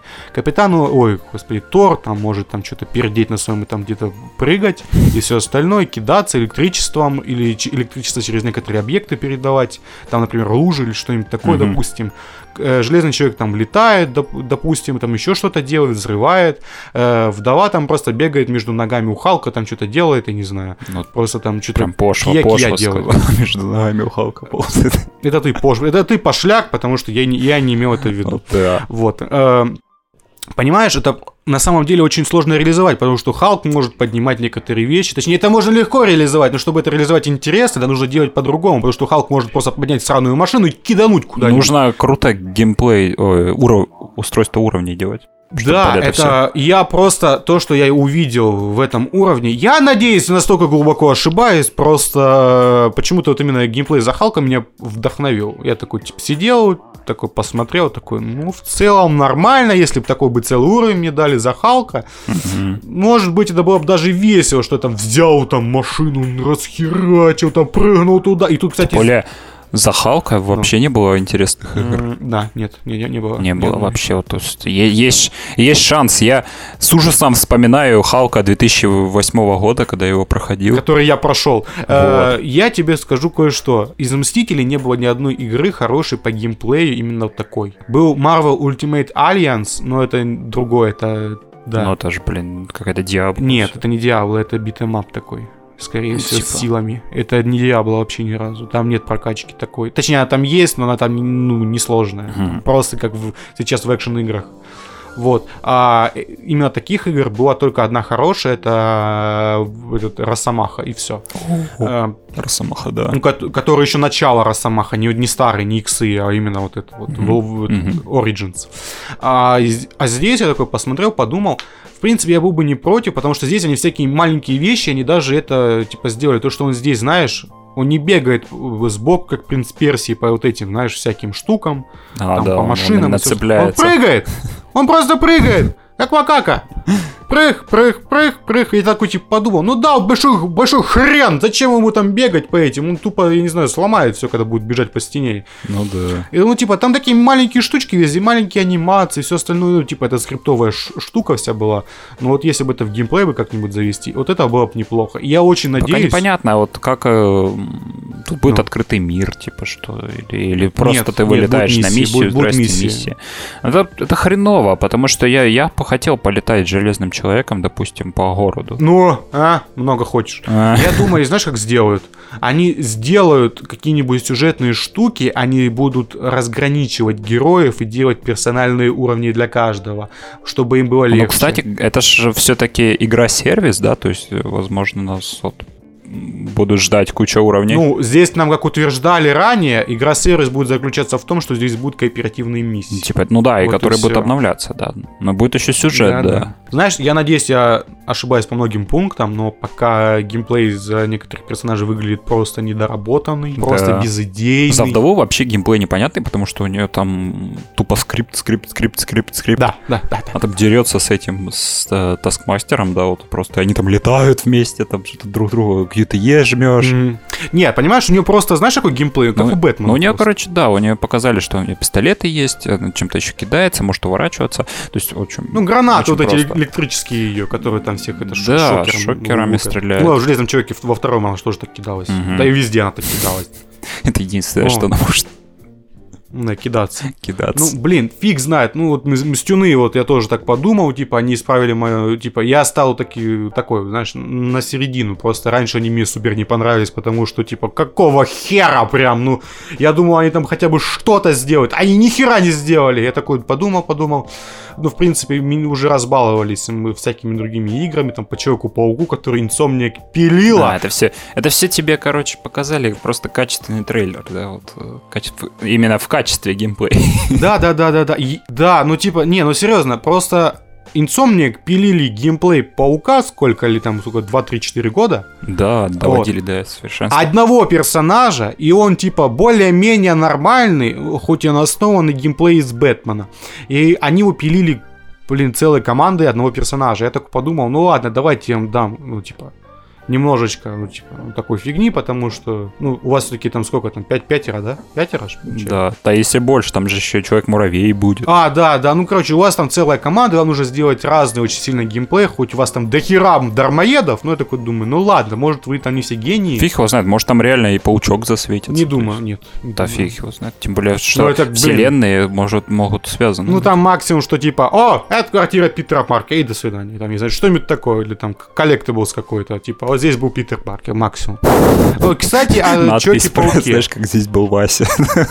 Тор там может что-то пердеть на своем и там где-то прыгать, и все остальное, кидаться электричеством, или электричество через некоторые объекты передавать, там, например, лужи или что-нибудь такое, допустим. Железный Человек там летает, допустим, там еще что-то делает, взрывает. Вдова там просто бегает между ногами у Халка, там что-то делает, я не знаю. Просто там что-то прям пошло делает. Между ногами у Халка ползает. Это ты пошло. Это ты пошляк, потому что я не имел это в виду. Вот. Понимаешь, это на самом деле очень сложно реализовать, потому что Халк может поднимать некоторые вещи. Точнее, это можно легко реализовать, но чтобы это реализовать интересно, это нужно делать по-другому, потому что Халк может просто поднять сраную машину и кидануть куда-нибудь. Нужно круто геймплей, устройство уровней делать. Да, это я просто то, что я увидел в этом уровне. Я надеюсь, настолько глубоко ошибаюсь, просто почему-то именно геймплей за Халка меня вдохновил. Я такой сидел, такой посмотрел, такой, в целом нормально, если бы такой целый уровень мне дали за Халка. Может быть, это было бы даже весело, что я там взял машину, расхерачил, там прыгнул туда. И тут, кстати... За Халка вообще не было интересных игр. Да, нет, не было. Не было вообще. Вот, то есть шанс. Я с ужасом вспоминаю Халка 2008 года, когда я его проходил. Который я прошел. Вот. Я тебе скажу кое-что. Из «Мстителей» не было ни одной игры хорошей по геймплею именно такой. Был Marvel Ultimate Alliance, но это другое, это... Да. Ну это же, блин, какая-то Diablo. Нет, это не Diablo, это битэмап такой. Скорее всего, с силами. Это не Diablo вообще ни разу. Там нет прокачки такой. Точнее, она там есть, но она там не сложная. Просто как сейчас в экшен-играх. Вот. А именно таких игр была только одна хорошая, это Росомаха, и все. Росомаха, да. Ну, который еще начало Росомаха, не старый, не иксы, а именно вот это вот Origins. А здесь я такой посмотрел, подумал. В принципе, я был бы не против, потому что здесь они всякие маленькие вещи, они даже это типа сделали. То, что он здесь, знаешь, он не бегает сбоку, как принц Персии, по вот этим, знаешь, всяким штукам, там, да, по машинам. Он прыгает! Он просто прыгает! Как макака! Прыг. И такой типа подумал, ну да, большой хрен, зачем ему там бегать по этим? Он тупо, я не знаю, сломает все, когда будет бежать по стене. Ну да. И ну типа там такие маленькие штучки везде, маленькие анимации, все остальное, ну типа это скриптовая штука вся была. Но вот если бы это в геймплей бы как-нибудь завести, вот это было бы неплохо. И я очень надеюсь... Пока непонятно, вот как тут будет открытый мир, типа что, или просто ты вылетаешь на миссию, будет миссия. Это хреново, потому что я хотел полетать железным человеком, допустим, по городу. Ну, много хочешь. Я думаю, знаешь, как сделают? Они сделают какие-нибудь сюжетные штуки, они будут разграничивать героев и делать персональные уровни для каждого, чтобы им было легче. Ну, кстати, это же все-таки игра-сервис, да? То есть, возможно, нас будут ждать куча уровней. Ну, здесь нам, как утверждали ранее, игра-сервис будет заключаться в том, что здесь будут кооперативные миссии. Типа, ну да, вот и которые будут обновляться, да. Но будет еще сюжет, да. Знаешь, я надеюсь, я ошибаюсь по многим пунктам, но пока геймплей за некоторых персонажей выглядит просто недоработанный, просто безыдейный. За Вдову вообще геймплей непонятный, потому что у нее там тупо скрипт. Да. А там дерется с этим, с таскмастером, да, вот просто они там летают вместе, там что-то друг друга QTE жмешь. Не, понимаешь, у нее просто, знаешь, какой геймплей, как у Бэтмена. Ну, у нее, короче, да, у нее показали, что у нее пистолеты есть, чем-то еще кидается, может уворачиваться. То есть, очень. Ну, гранаты вот эти электрические ее, которые там всех это шокерами стреляют. Ну, в «Железном человеке» во втором она тоже так кидалась. Да и везде она так кидалась. Это единственное, что она может. Кидаться. Ну, блин, фиг знает. Ну, вот Мстюны, вот я тоже так подумал, типа, они исправили мою, типа, я стал такой, знаешь, на середину. Просто раньше они мне супер не понравились, потому что, типа, какого хера прям, ну, я думал, они там хотя бы что-то сделают. Они ни хера не сделали. Я такой подумал. Ну, в принципе, уже разбаловались мы всякими другими играми, там, по Человеку-пауку, который Insomniac пилила. Да, это все тебе, короче, показали просто качественный трейлер, да, вот, именно в качестве геймплея. Да. Да, ну, типа, ну, серьезно, просто Insomniac пилили геймплей Паука, сколько ли там, 2-3-4 года. Да, доводили до совершенства. Одного персонажа, и он, типа, более-менее нормальный, хоть и он основан на геймплее из Бэтмена. И они его пилили, целой командой одного персонажа. Я так подумал, ну ладно, давайте я им дам, ну, типа, немножечко, ну, типа, такой фигни, потому что, ну, у вас все-таки там сколько там, 5-5, да? 5 ж? Да, если больше, там же еще Человек-муравей будет. Да, ну, короче, у вас там целая команда, вам нужно сделать разный очень сильный геймплей, хоть у вас там дохера дармоедов, ну, я такой думаю, ну, ладно, может, вы там не все гении. Фиг его знает, может, там реально и паучок засветится. Не думаю, нет. Да, фиг его знает, тем более, что вселенные могут связаны. Ну, там максимум, что типа, это квартира Питера Паркера, и до свидания, там, не знаю, что-нибудь такое, или там коллектаблс какой-то, типа, вот здесь был Питер Паркер, максимум. Кстати, о Человеке-пауке. Знаешь, как здесь был Вася.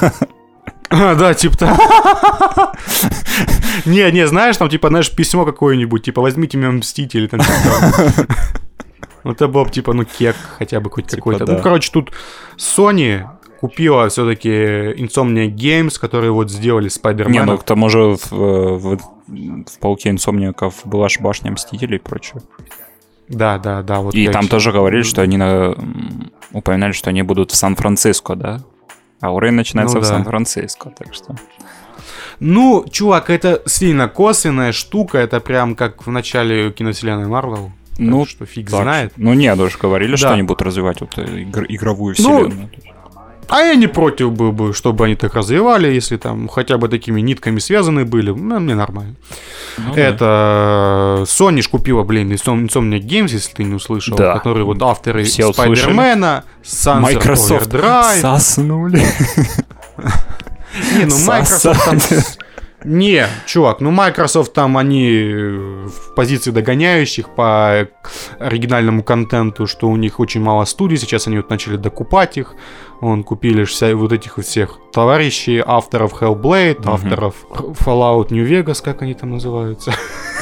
Да, типа... Не, знаешь, там, типа, знаешь, письмо какое-нибудь, типа, возьмите меня Мстители, там, типа... Ну, это был, типа, кек хотя бы хоть какой-то. Ну, короче, тут Sony купила все-таки Insomniac Games, которые вот сделали Spider-Man. Не, ну, к тому же в Пауке Инсомниаков была ж башня Мстителей и прочее. Да. Вот и там тоже говорили, что они упоминали, что они будут в Сан-Франциско, да? А уровень начинается в Сан-Франциско, так что... Ну, чувак, это сильно косвенная штука, это прям как в начале киновселенной Марвел. Ну, что фиг знает. Ну, нет, уже говорили, что они будут развивать вот игровую вселенную. А я не против был бы, чтобы они так развивали, если там хотя бы такими нитками связаны были. Ну, мне нормально. Ну, это Sony ж купила, Insomniac Games, если ты не услышал, которые вот авторы Спайдермена, Microsoft Overdrive. Соснули. Не, ну Microsoft там... Не, чувак, ну Microsoft там они в позиции догоняющих по оригинальному контенту, что у них очень мало студий, сейчас они вот начали докупать их, купили вот этих вот всех товарищей, авторов Hellblade, авторов Fallout New Vegas, как они там называются.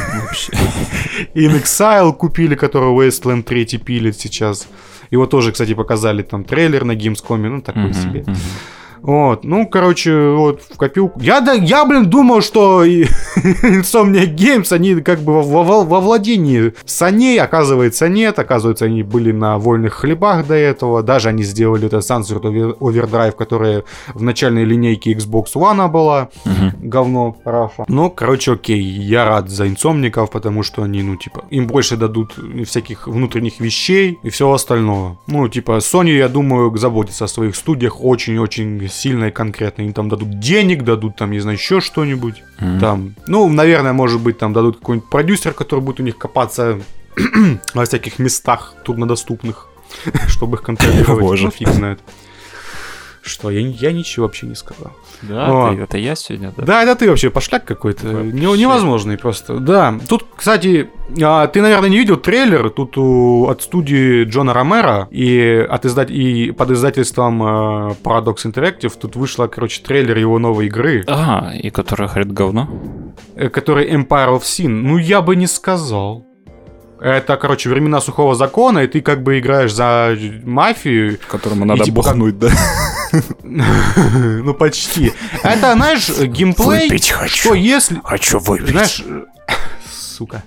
In Exile купили, которого Wasteland 3 пилит сейчас. Его тоже, кстати, показали там трейлер на Gamescom, ну такой себе. Вот, ну, короче, вот в копилку. Я, думал, что Insomniac Games, они как бы во владении Sony, оказывается, нет. Оказывается, они были на вольных хлебах до этого. Даже они сделали это Sunset Overdrive, которая в начальной линейке Xbox One была. Говно, параша. Ну, короче, окей, я рад за инсомников, потому что они, ну, типа, им больше дадут всяких внутренних вещей и всего остального. Ну, типа, Sony, я думаю, заботится о своих студиях очень сильно и конкретно. Им там дадут денег, дадут там, не знаю, еще что-нибудь. Там, ну, наверное, может быть, там дадут какой-нибудь продюсер, который будет у них копаться во всяких местах труднодоступных, чтобы их контролировать. Ну, фиг знает. Что, я ничего вообще не сказал. Да, это я сегодня, да? Да, это ты вообще пошляк какой-то. Невозможный просто. Да, тут, кстати, ты, наверное, не видел трейлер. Тут от студии Джона Ромеро и под издательством Paradox Interactive тут вышла, короче, трейлер его новой игры. Ага, и которая говорит говно? Который Empire of Sin. Ну, я бы не сказал. Это, короче, времена сухого закона, и ты как бы играешь за мафию. Которому надо типа, бухнуть, да? Ну, почти. Это, знаешь, геймплей, выпить хочу. Что если... Хочу выпить. Знаешь, сука.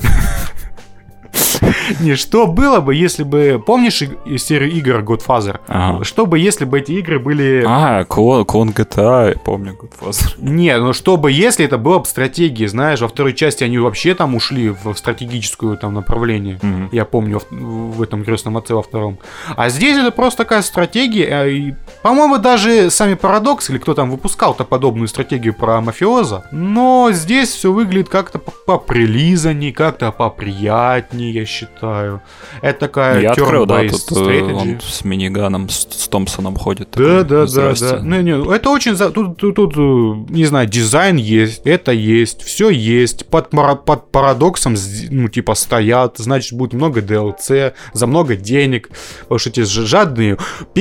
Не, что было бы, если бы... Помнишь серию игр Godfather? Ага. Что бы, если бы эти игры были... клон GTA, я помню Godfather. Не, ну что бы, если это было бы стратегия, знаешь, во второй части они вообще там ушли в стратегическое там направление. Я помню в этом «Крестном отце» во втором. А здесь это просто такая стратегия. И, по-моему, даже сами Paradox, или кто там выпускал-то подобную стратегию про мафиоза. Но здесь все выглядит как-то поприлизанней, как-то поприятней, я считаю. Это такая я открыл, да, тут он с миниганом, с Томпсоном ходит. Да. Не, это очень... Тут, не знаю, дизайн есть, это есть, все есть. Под парадоксом, ну, типа, стоят, значит, будет много DLC, за много денег. Потому что эти жадные,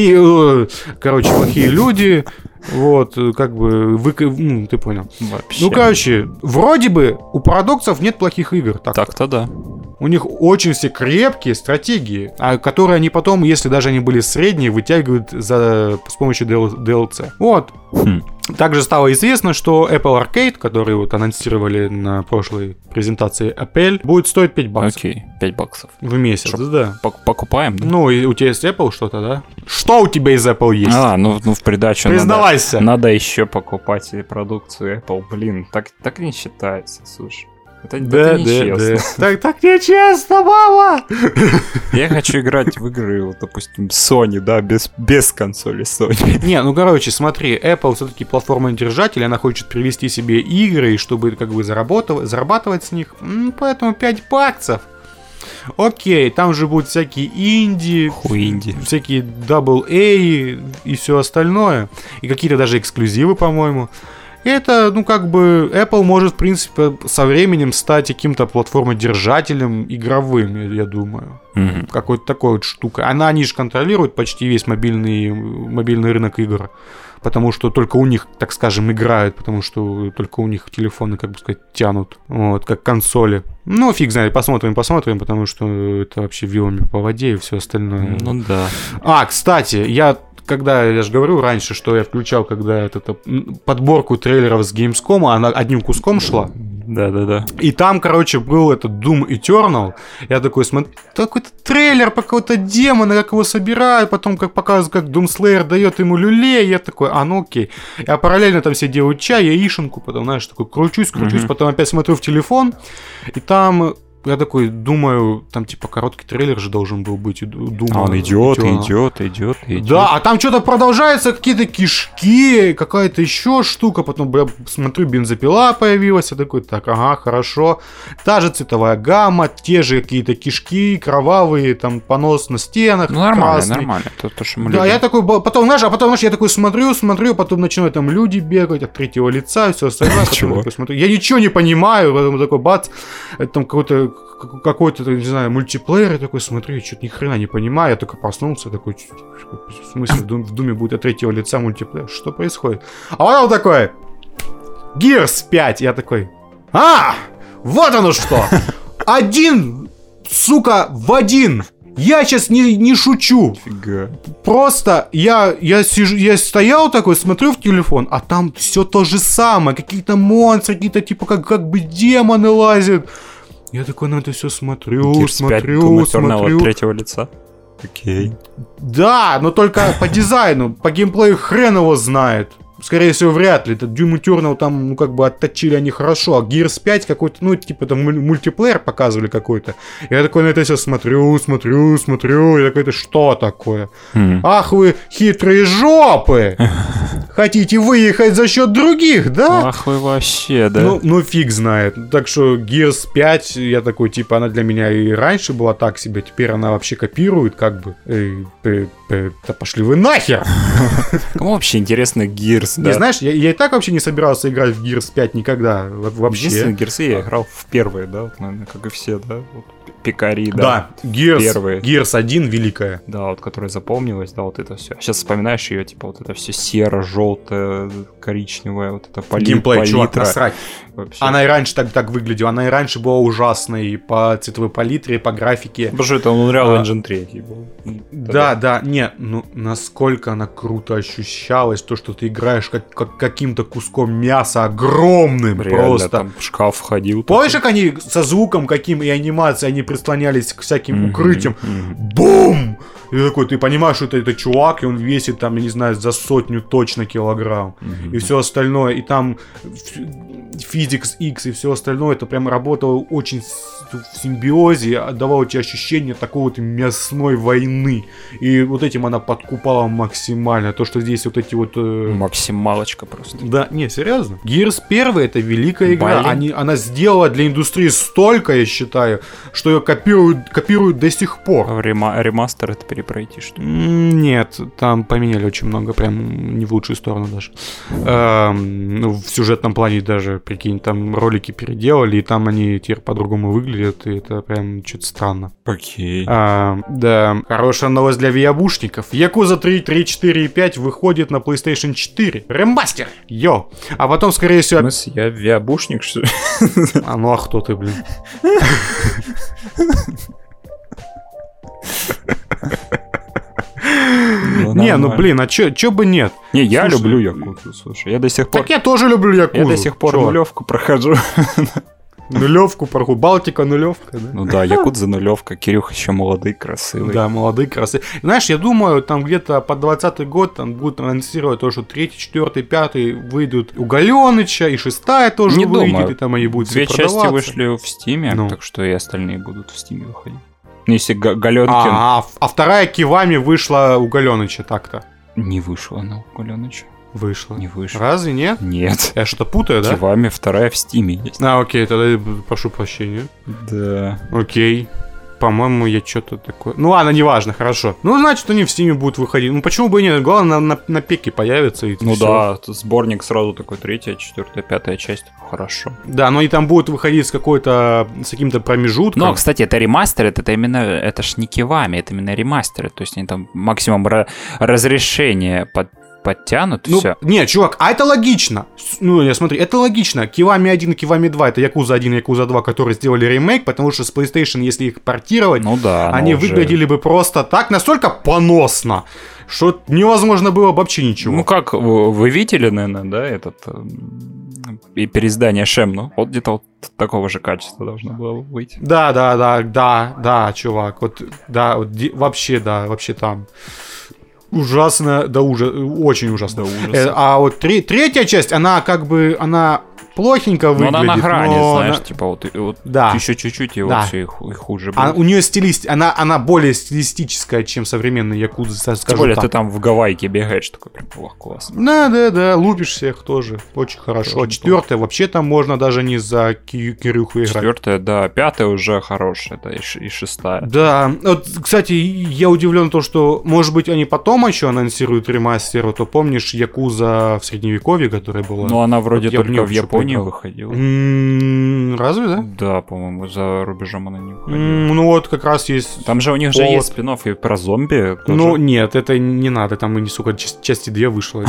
короче, плохие люди... Вот, как бы, ты понял. Вообще. Ну, короче, вроде бы у парадоксов нет плохих игр. Так-то да. У них очень все крепкие стратегии, которые они потом, если даже они были средние, вытягивают с помощью DLC. Вот. Также стало известно, что Apple Arcade, который вот анонсировали на прошлой презентации Apple, будет стоить $5. Окей, $5. В месяц, да. Покупаем, да? Ну, и у тебя есть Apple что-то, да? Что у тебя из Apple есть? Ну в придачу признавайся. Надо еще покупать продукцию Apple. Блин, так не считается, слушай. Это нечестно. Да. Так нечестно, мама! Я хочу играть в игры, вот, допустим, Sony, да, без консоли Sony. Не, ну, короче, смотри, Apple все-таки платформа-держатель, она хочет привести себе игры, чтобы, как бы, зарабатывать с них, поэтому $5. Окей, там же будут всякие инди, всякие AA и все остальное, и какие-то даже эксклюзивы, по-моему. Это, ну, как бы, Apple может, в принципе, со временем стать каким-то платформодержателем игровым, я думаю. Какой-то такой вот штукой. Они же контролируют почти весь мобильный рынок игр. Потому что только у них, так скажем, играют, потому что только у них телефоны, как бы сказать, тянут. Вот, как консоли. Ну, фиг знает, посмотрим, потому что это вообще вилами по воде и все остальное. Ну да. Кстати, я же говорю раньше, что я включал, когда подборку трейлеров с Gamescom, она одним куском шла. Да. И там, короче, был этот Doom Eternal. Я такой смотрю, какой-то трейлер по какого-то демона, как его собирают, потом как показывают, как Doomslayer дает ему люлей. Я такой, ну окей. Я параллельно там все делаю чай, яишенку, потом, знаешь, такой кручусь, потом опять смотрю в телефон, и там Я такой думаю, там типа короткий трейлер же должен был быть. Думаю, он идет. Да, а там что-то продолжается, какие-то кишки, какая-то еще штука. Потом, бля, смотрю, бензопила появилась. Я такой, так, ага, хорошо. Та же цветовая гамма, те же какие-то кишки кровавые, там понос на стенах. Ну, нормально, красный. нормально. То, что мы да, любим. я такой, потом, знаешь, я такой смотрю, потом начинают там люди бегать от третьего лица и все остальное. Я ничего не понимаю, потом такой бац, там какой-то, не знаю, мультиплеер, я такой смотрю, я что-то ни хрена не понимаю, я только проснулся, такой, в смысле, в Думе будет от третьего лица мультиплеер, что происходит? А потом такой, Gears 5, я такой, вот оно что, один, сука, в один. Я сейчас не шучу. Фига. Просто я стоял такой, смотрю в телефон, а там все то же самое. Какие-то монстры, какие-то типа как бы демоны лазят. Я такой на это все смотрю. От третьего лица. Окей. Да, но только по дизайну, по геймплею хрен его знает. Скорее всего, вряд ли. Этот Doom Eternal там, ну, как бы отточили они хорошо. А Gears 5 какой-то, ну, типа там мультиплеер показывали какой-то. Я такой на это все смотрю. И такой, это что такое? Ах вы хитрые жопы! Хотите выехать за счет других, да? Ах вы вообще, да? Ну, фиг знает. Так что Gears 5, я такой, типа, она для меня и раньше была так себе. Теперь она вообще копирует, как бы. Да пошли вы нахер! Кому вообще интересно Gears? Не, знаешь, я и так вообще не собирался играть в Gears 5 никогда, вообще. Единственное, Gears я играл в первые, да, вот, наверное, как и все, да, вот, пикари, да. Да, Gears 1 великая. Да, вот, которая запомнилась, да, вот это все. Сейчас вспоминаешь ее, типа, вот это все серо-желтое, коричневое, вот это геймплей, чувак, насрать. Вообще. Она и раньше так выглядела, она и раньше была ужасной по цветовой палитре, по графике. Потому что это Unreal Engine 3 был. Да, нет, ну насколько она круто ощущалась, то, что ты играешь как каким-то куском мяса огромным. Реально, просто. Там в шкаф входил. Помнишь, как они со звуком каким и анимацией, они прислонялись к всяким укрытиям? Бум! И такой, ты понимаешь, что это чувак, и он весит там, я не знаю, за 100 точно килограмм. И все остальное, и там Physics X и все остальное, это прям работало очень в симбиозе, отдавало тебе ощущение такой вот мясной войны. И вот этим она подкупала максимально. То, что здесь вот эти вот... Максималочка просто. Да, не, серьезно. Gears 1 это великая игра. Она сделала для индустрии столько, я считаю, что ее копируют до сих пор. Ремастер это перепройти, что ли? Нет, там поменяли очень много, прям не в лучшую сторону даже. В сюжетном плане даже, прикинь, там ролики переделали, и там они теперь по-другому выглядят, и это прям что-то странно. Окей. Да, хорошая новость для виабушников. Yakuza 3, 3, 4 и 5 выходит на PlayStation 4. Ремастер! Йо! А потом, скорее всего... В смысле, я виабушник, что ли? А кто ты, блин? Не, ну блин, а чё бы нет? Не, я люблю Якудзу, слушай. Я до сих пор... Так я тоже люблю Якудзу. Я до сих пор нулевку прохожу. Нулевку прохожу. Балтика нулевка, да? Ну да, Якудза нулевка. Кирюх еще молодый, красивый. Да, молодый, красивый. Знаешь, я думаю, там где-то под 20-й год там будут анонсировать то, что 3-й, 4-й, 5-й выйдут у Галеныча, и 6-я тоже не выйдет, думаю. И там они будут все продаваться. 2 части вышли в Стиме, так что и остальные будут в Стиме выходить. Если Галенкин... А 2-я Кивами вышла у Галеныча так-то. Не вышла она у Галеныча. Вышла. Не вышла. Разве нет? Нет. Я что-то путаю, да? Кивами 2-я в Стиме есть. Окей, тогда прошу прощения. Да. Окей. По-моему, я что-то такое... Ну ладно, неважно, хорошо. Ну, значит, они в Стиме будут выходить. Ну, почему бы и нет? Главное, на пеке появится. И ну да, сборник сразу такой 3-я, 4-я, 5-я часть. Хорошо. Да, но они там будут выходить с каким-то промежутком. Ну, кстати, это ремастер, это ж не Кивами, это именно ремастеры. То есть они там максимум разрешения подтянут, все. Нет, чувак, а это логично. Ну, я смотри, это логично. Кивами 1 и Кивами 2 это Якуза 1 и Якуза 2, которые сделали ремейк, потому что с PlayStation, если их портировать, ну да, они выглядели бы просто так, настолько поносно, что невозможно было вообще ничего. Ну как, вы видели, наверное, да, этот и переиздание Шемну? Вот где-то вот такого же качества должно было выйти. Да, чувак, вообще там. Ужасно, очень ужасно. До ужаса. А вот третья часть, она как бы, она плохенько выглядит. Но она на грани, знаешь, типа вот да. еще чуть-чуть, и вообще и хуже будет. У нее она более стилистическая, чем современные якудзы, скажу Тем более так. ты там в Гавайке бегаешь, такой прям классно. Да, лупишь всех тоже, очень хорошо. 4-я вообще там можно даже не за Кирюху играть. 4-я, да, 5-я уже хорошая, да, и 6-я. Да, вот, кстати, я удивлен то, что, может быть, они потом еще анонсируют ремастер, то помнишь Якуза в Средневековье, которая была? Ну, она вроде вот только в Японии выходила. Разве, да? Да, по-моему, за рубежом она не выходила. Ну вот, как раз есть... Там же у них же есть спин-офф и про зомби. Тоже. Ну, нет, это не надо, там, и сука, части 2 вышло.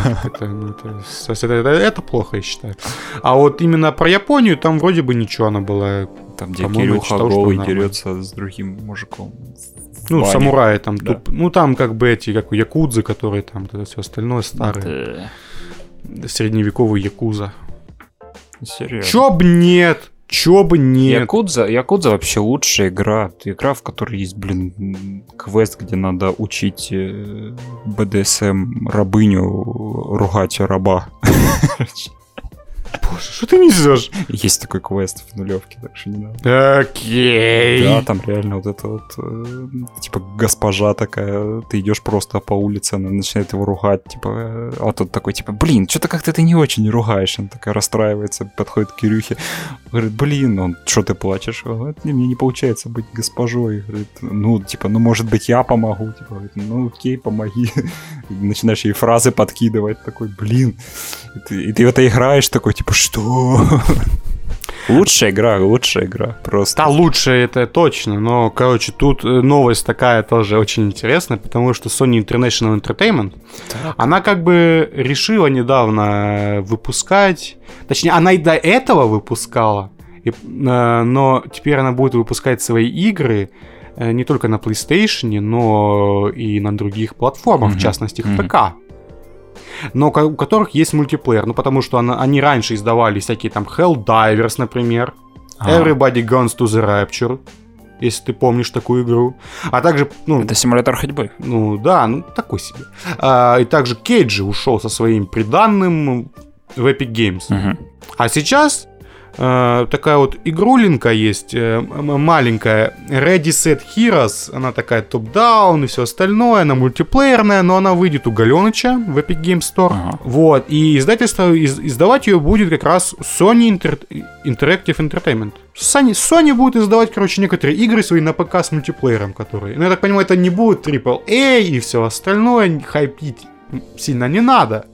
Это плохо, я считаю. А вот именно про Японию, там вроде бы ничего, она была... Там, где Кирюха голый дерется с другим мужиком. Ну, самураи там, да. Ну, там как бы эти, как у якудзы, которые там, это все остальное старое. Да. Средневековый якуза. Серьезно? Чё бы нет? Якудза вообще лучшая игра. Это игра, в которой есть, квест, где надо учить БДСМ рабыню ругать раба. Боже, что ты несешь? Есть такой квест в нулевке, так что не надо. Окей. Да, там реально вот это вот, типа, госпожа такая, ты идешь просто по улице, она начинает его ругать, типа, а тот такой, типа, блин, что-то как-то ты не очень ругаешь. Она такая расстраивается, подходит к Кирюхе, говорит, блин, он, что ты плачешь? Он говорит, мне не получается быть госпожой. Говорит, ну, типа, ну, может быть, я помогу. Типа, говорит, ну, окей, помоги. Начинаешь ей фразы подкидывать, такой, блин. И ты в это играешь, такой, типа, что? Лучшая игра, просто. Да, лучшая, это точно, но, короче, тут новость такая тоже очень интересная, потому что Sony International Entertainment, она как бы решила недавно выпускать, точнее, она и до этого выпускала, но теперь она будет выпускать свои игры не только на PlayStation, но и на других платформах, в частности, в ПК. Но у которых есть мультиплеер, ну потому что они раньше издавали всякие там Helldivers, например, Everybody Guns to the Rapture, если ты помнишь такую игру, а также, ну... Это симулятор ходьбы. Ну да, ну такой себе. И также Кейджи ушел со своим приданным в Epic Games. А сейчас... такая вот игрулинка есть, маленькая, Ready Set Heroes, она такая топ-даун и все остальное, она мультиплеерная, но она выйдет у Галеныча в Epic Games Store. Вот, и издавать ее будет как раз Sony Interactive Entertainment. Sony будет издавать, короче, некоторые игры свои на ПК с мультиплеером, которые, ну, я так понимаю, это не будет AAA и все остальное, хайпить сильно не надо.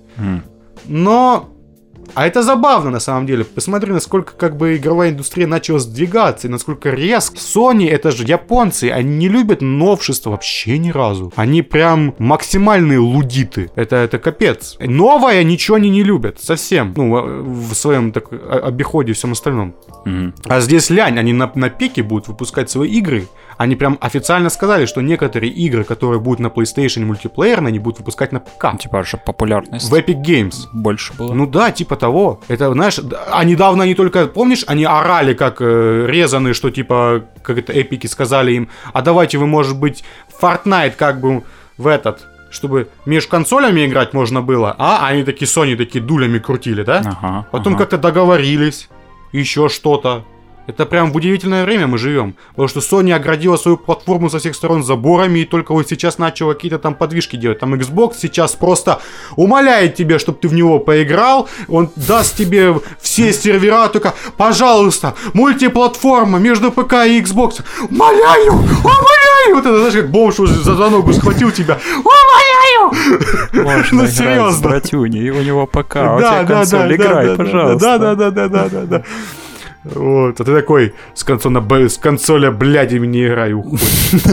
Но... А это забавно, на самом деле. Посмотри, насколько как бы игровая индустрия начала сдвигаться, и насколько резко. Sony, это же японцы, они не любят новшества вообще ни разу. Они прям максимальные лудиты. Это капец. Новое ничего они не любят. Совсем. Ну, в своем обиходе и всем остальном. А здесь лянь, они на пике будут выпускать свои игры. Они прям официально сказали, что некоторые игры, которые будут на PlayStation мультиплеерные, они будут выпускать на ПК. Типа, чтобы популярность в Epic Games больше было. Ну да, типа того. Это, знаешь, а недавно они только, помнишь, они орали как резаные, что типа, как это эпики сказали им, а давайте вы, может быть, Fortnite как бы в этот... чтобы между консолями играть можно было, а они такие, Sony такие дулями крутили, да? Потом как-то договорились, еще что-то. Это прям в удивительное время мы живем. Потому что Sony оградила свою платформу со всех сторон заборами и только вот сейчас начала какие-то там подвижки делать. Там Xbox сейчас просто умоляет тебя, чтобы ты в него поиграл. Он даст тебе все сервера, только, пожалуйста, мультиплатформа между ПК и Xbox. Умоляю! Умоляю! Вот это, знаешь, как бомж за ногу схватил тебя. Умоляю! Можно играть с братюней, у него ПК, у тебя консоль, играй, пожалуйста. Да. Вот, а ты такой с консоля, блядь, не играй, уходишь.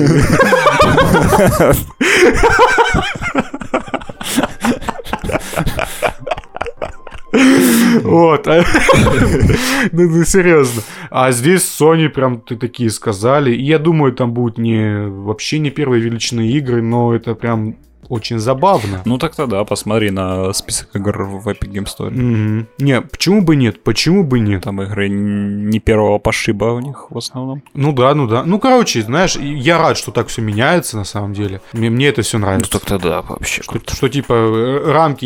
Вот. Ну, серьезно. А здесь Sony прям такие сказали. И я думаю, там будут вообще не первые величины игры, но это прям очень забавно. Ну так-то да, посмотри на список игр в Epic Game Store. Не, почему бы нет? Почему бы нет? Там игры не первого пошиба у них в основном. Ну да. Ну, короче, знаешь, я рад, что так все меняется на самом деле. Мне это все нравится. Ну так-то да, вообще. Что типа рамки...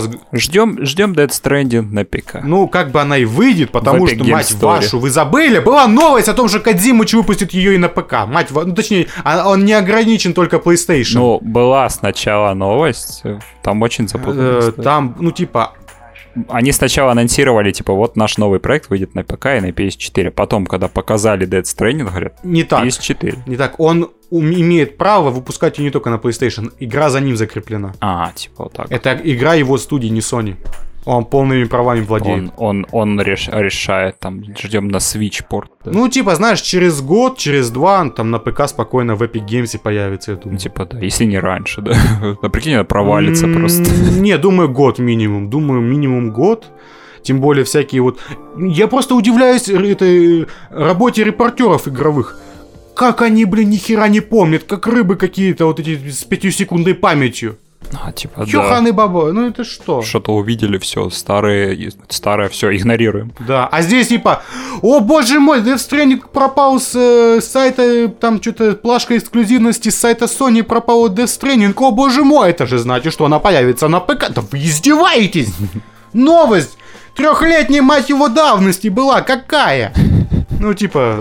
Ждем Dead Stranding на ПК. Ну, как бы она и выйдет, потому что, мать вашу, вы забыли? Была новость о том, что Кодзимыч выпустит ее и на ПК. Ну, точнее, он не ограничен только PlayStation. Ну, была сначала новость, там очень запуталась. Там, ну, типа... Они сначала анонсировали, типа, вот наш новый проект выйдет на ПК и на PS4. Потом, когда показали Dead Stranding, говорят, не так. PS4. Не так. Он имеет право выпускать ее не только на PlayStation. Игра за ним закреплена. Типа вот так. Это игра его студии, не Sony. Он полными правами владеет. Он решает, там, ждем на Switch порт. Да. Ну, типа, знаешь, через год, через два, там на ПК спокойно в Epic Games появится, я думаю. Типа, да, если не раньше, да. А прикинь, это провалится просто. Не, думаю, год минимум. Думаю, минимум год. Тем более всякие вот... Я просто удивляюсь этой работе репортеров игровых. Как они, блин, ни хера не помнят, как рыбы какие-то вот эти с 5-секундной памятью. Типа, Чуханы баба, ну это что? Что-то увидели, все, старое, все, игнорируем. Да, а здесь типа, о боже мой, Death Stranding пропал с сайта, там что-то плашка эксклюзивности с сайта Sony пропала Death Stranding, о боже мой, это же значит, что она появится на ПК. Да вы издеваетесь! Новость 3-летней, мать его, давности была какая? Ну, типа,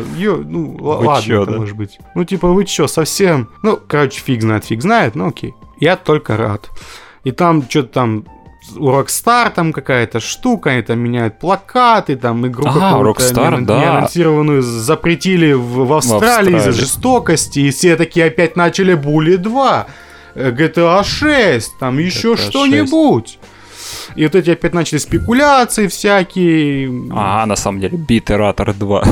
ладно, чё, это да? может быть. Ну, типа, вы чё, совсем... Ну, короче, фиг знает, ну окей. Я только рад. И там что-то там у Rockstar там какая-то штука, они там меняют плакаты, там игру какую-то Rockstar, да. неанонсированную запретили в Австралии из-за жестокости, и все такие опять начали Bully 2, GTA 6, там еще что-нибудь. И вот эти опять начали спекуляции всякие. На самом деле, Biterator 2.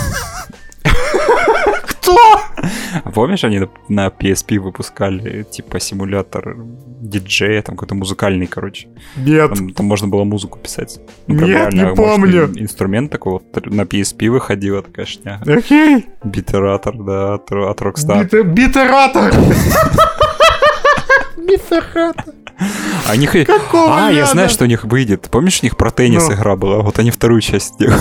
Кто? Помнишь, они на PSP выпускали, типа, симулятор диджея, там какой-то музыкальный, короче. Нет. Там можно было музыку писать. Нет, не помню. Инструмент такой вот на PSP выходила такая шняга. Окей. Biterator, да, от Rockstar. Biterator! Biterator! Я знаю, что у них выйдет. Помнишь, у них про теннис игра была? Вот они вторую часть сделали.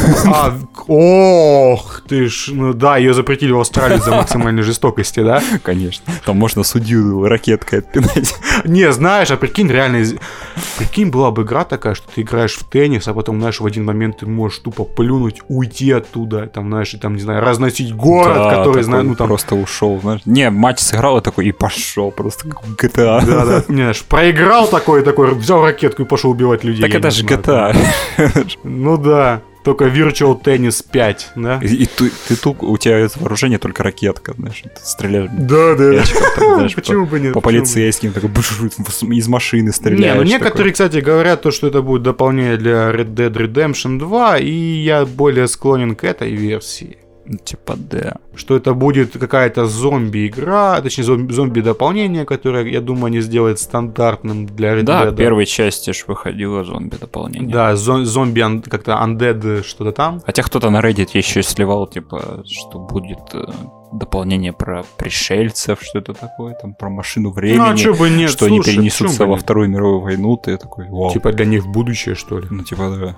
Ох ты ж, ну да, ее запретили в Австралии за максимальной жестокости, да? Конечно. Там можно судью ракеткой отпинать. Не, знаешь, а прикинь, реально... Прикинь, была бы игра такая, что ты играешь в теннис, а потом, знаешь, в один момент ты можешь тупо плюнуть, уйти оттуда, там, знаешь, и там, не знаю, разносить город, который, знаешь, ну там... просто ушел, знаешь. Не, матч сыграл и такой, и пошел, просто как GTA. Да, не знаешь, проиграл такой, взял ракетку и пошел убивать людей. Так это же GTA. Ну да. Только Virtual Tennis 5, да? И у тебя из вооружения только ракетка, знаешь, ты стреляешь. Да. Почему бы нет? По полицейским, такой, из машины стреляешь. Не, ну некоторые, кстати, говорят, что это будет дополнение для Red Dead Redemption 2, и я более склонен к этой версии. Типа, да. Что это будет какая-то зомби-игра, точнее, зомби-дополнение, которое, я думаю, они сделают стандартным для Red Dead. Да, в первой части ж выходило зомби-дополнение. Да, зомби как-то undead что-то там. Хотя кто-то на Reddit еще сливал, типа, что будет дополнение про пришельцев, что-то такое, там, про машину времени. Ну, а чё бы нет? Что они перенесутся во Вторую мировую войну, ты такой, вау. Типа для них будущее, что ли? Ну, типа, да.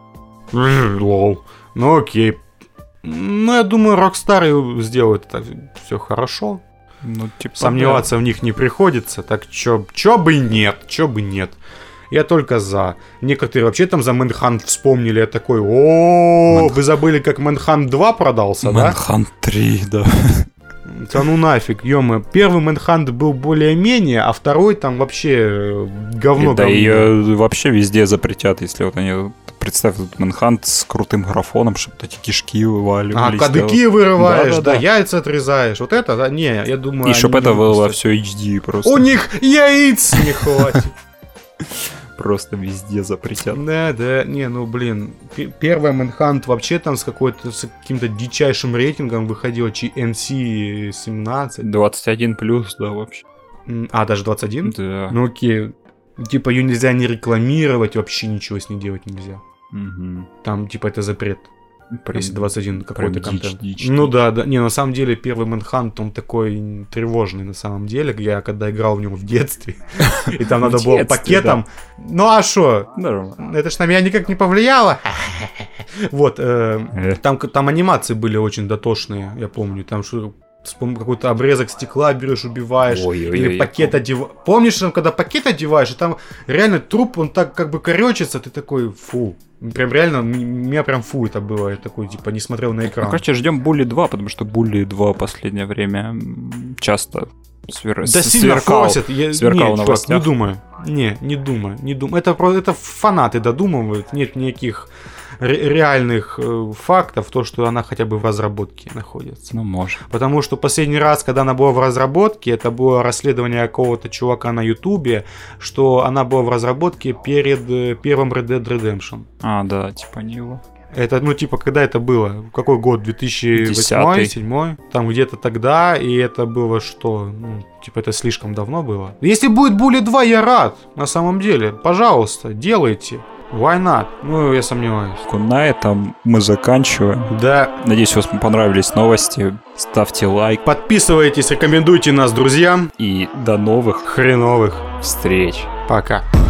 Лол. Ну, окей. Ну, я думаю, Rockstar сделают это все хорошо. Ну, типа, сомневаться в них не приходится. Так чё бы нет. Я только за. Некоторые вообще там за Manhunt вспомнили. Я такой, вы забыли, как Manhunt 2 продался, да? Manhunt 3, да. Да ну нафиг, ё-моё. Первый Manhunt был более-менее, а второй там вообще говно. Да ее вообще везде запретят, если вот они... Представь, тут Manhunt с крутым графоном, чтобы эти кишки вываливались. Кадыки вырываешь, да, яйца отрезаешь. Вот это, да? Не, я думаю... И чтобы это было все HD просто. У них яиц не хватит. Просто везде запретят. Да, не, ну блин. Первый Manhunt вообще там с каким-то дичайшим рейтингом выходил, NC-17. 21+, да, вообще. Даже 21? Да. Ну окей. Типа ее нельзя не рекламировать, вообще ничего с ней делать нельзя. Угу. Там типа это запрет. если 21 какой-то контент. Ну да, не, на самом деле первый Manhunt, он такой тревожный на самом деле. Я когда играл в него в детстве, и там надо было пакетом. Ну а шо? Это ж на меня никак не повлияло. Вот, там анимации были очень дотошные, я помню. Там какой-то обрезок стекла берешь, убиваешь, или пакет одеваешь. Помнишь, когда пакет одеваешь, и там реально труп, он так как бы корёчится, ты такой, фу. Прям реально, меня прям фу это было, я такой, типа, не смотрел на экран. Ну, короче, ждем Булли 2, потому что Булли 2 в последнее время часто сверкал в новостях. Не думаю. Не думаю. Это фанаты додумывают, нет никаких реальных фактов, то, что она хотя бы в разработке находится. Ну, может. Потому что последний раз, когда она была в разработке, это было расследование какого-то чувака на Ютубе, что она была в разработке перед первым Red Dead Redemption. А, да, типа не его. Это, ну, типа, когда это было? Какой год? 2008, 2007? Там где-то тогда, и это было что? Ну, типа, это слишком давно было. Если будет Булли 2, я рад, на самом деле. Пожалуйста, делайте. Why not? Ну, я сомневаюсь. На этом мы заканчиваем. Да. Надеюсь, вам понравились новости. Ставьте лайк. Подписывайтесь, рекомендуйте нас друзьям. И до новых хреновых встреч. Пока.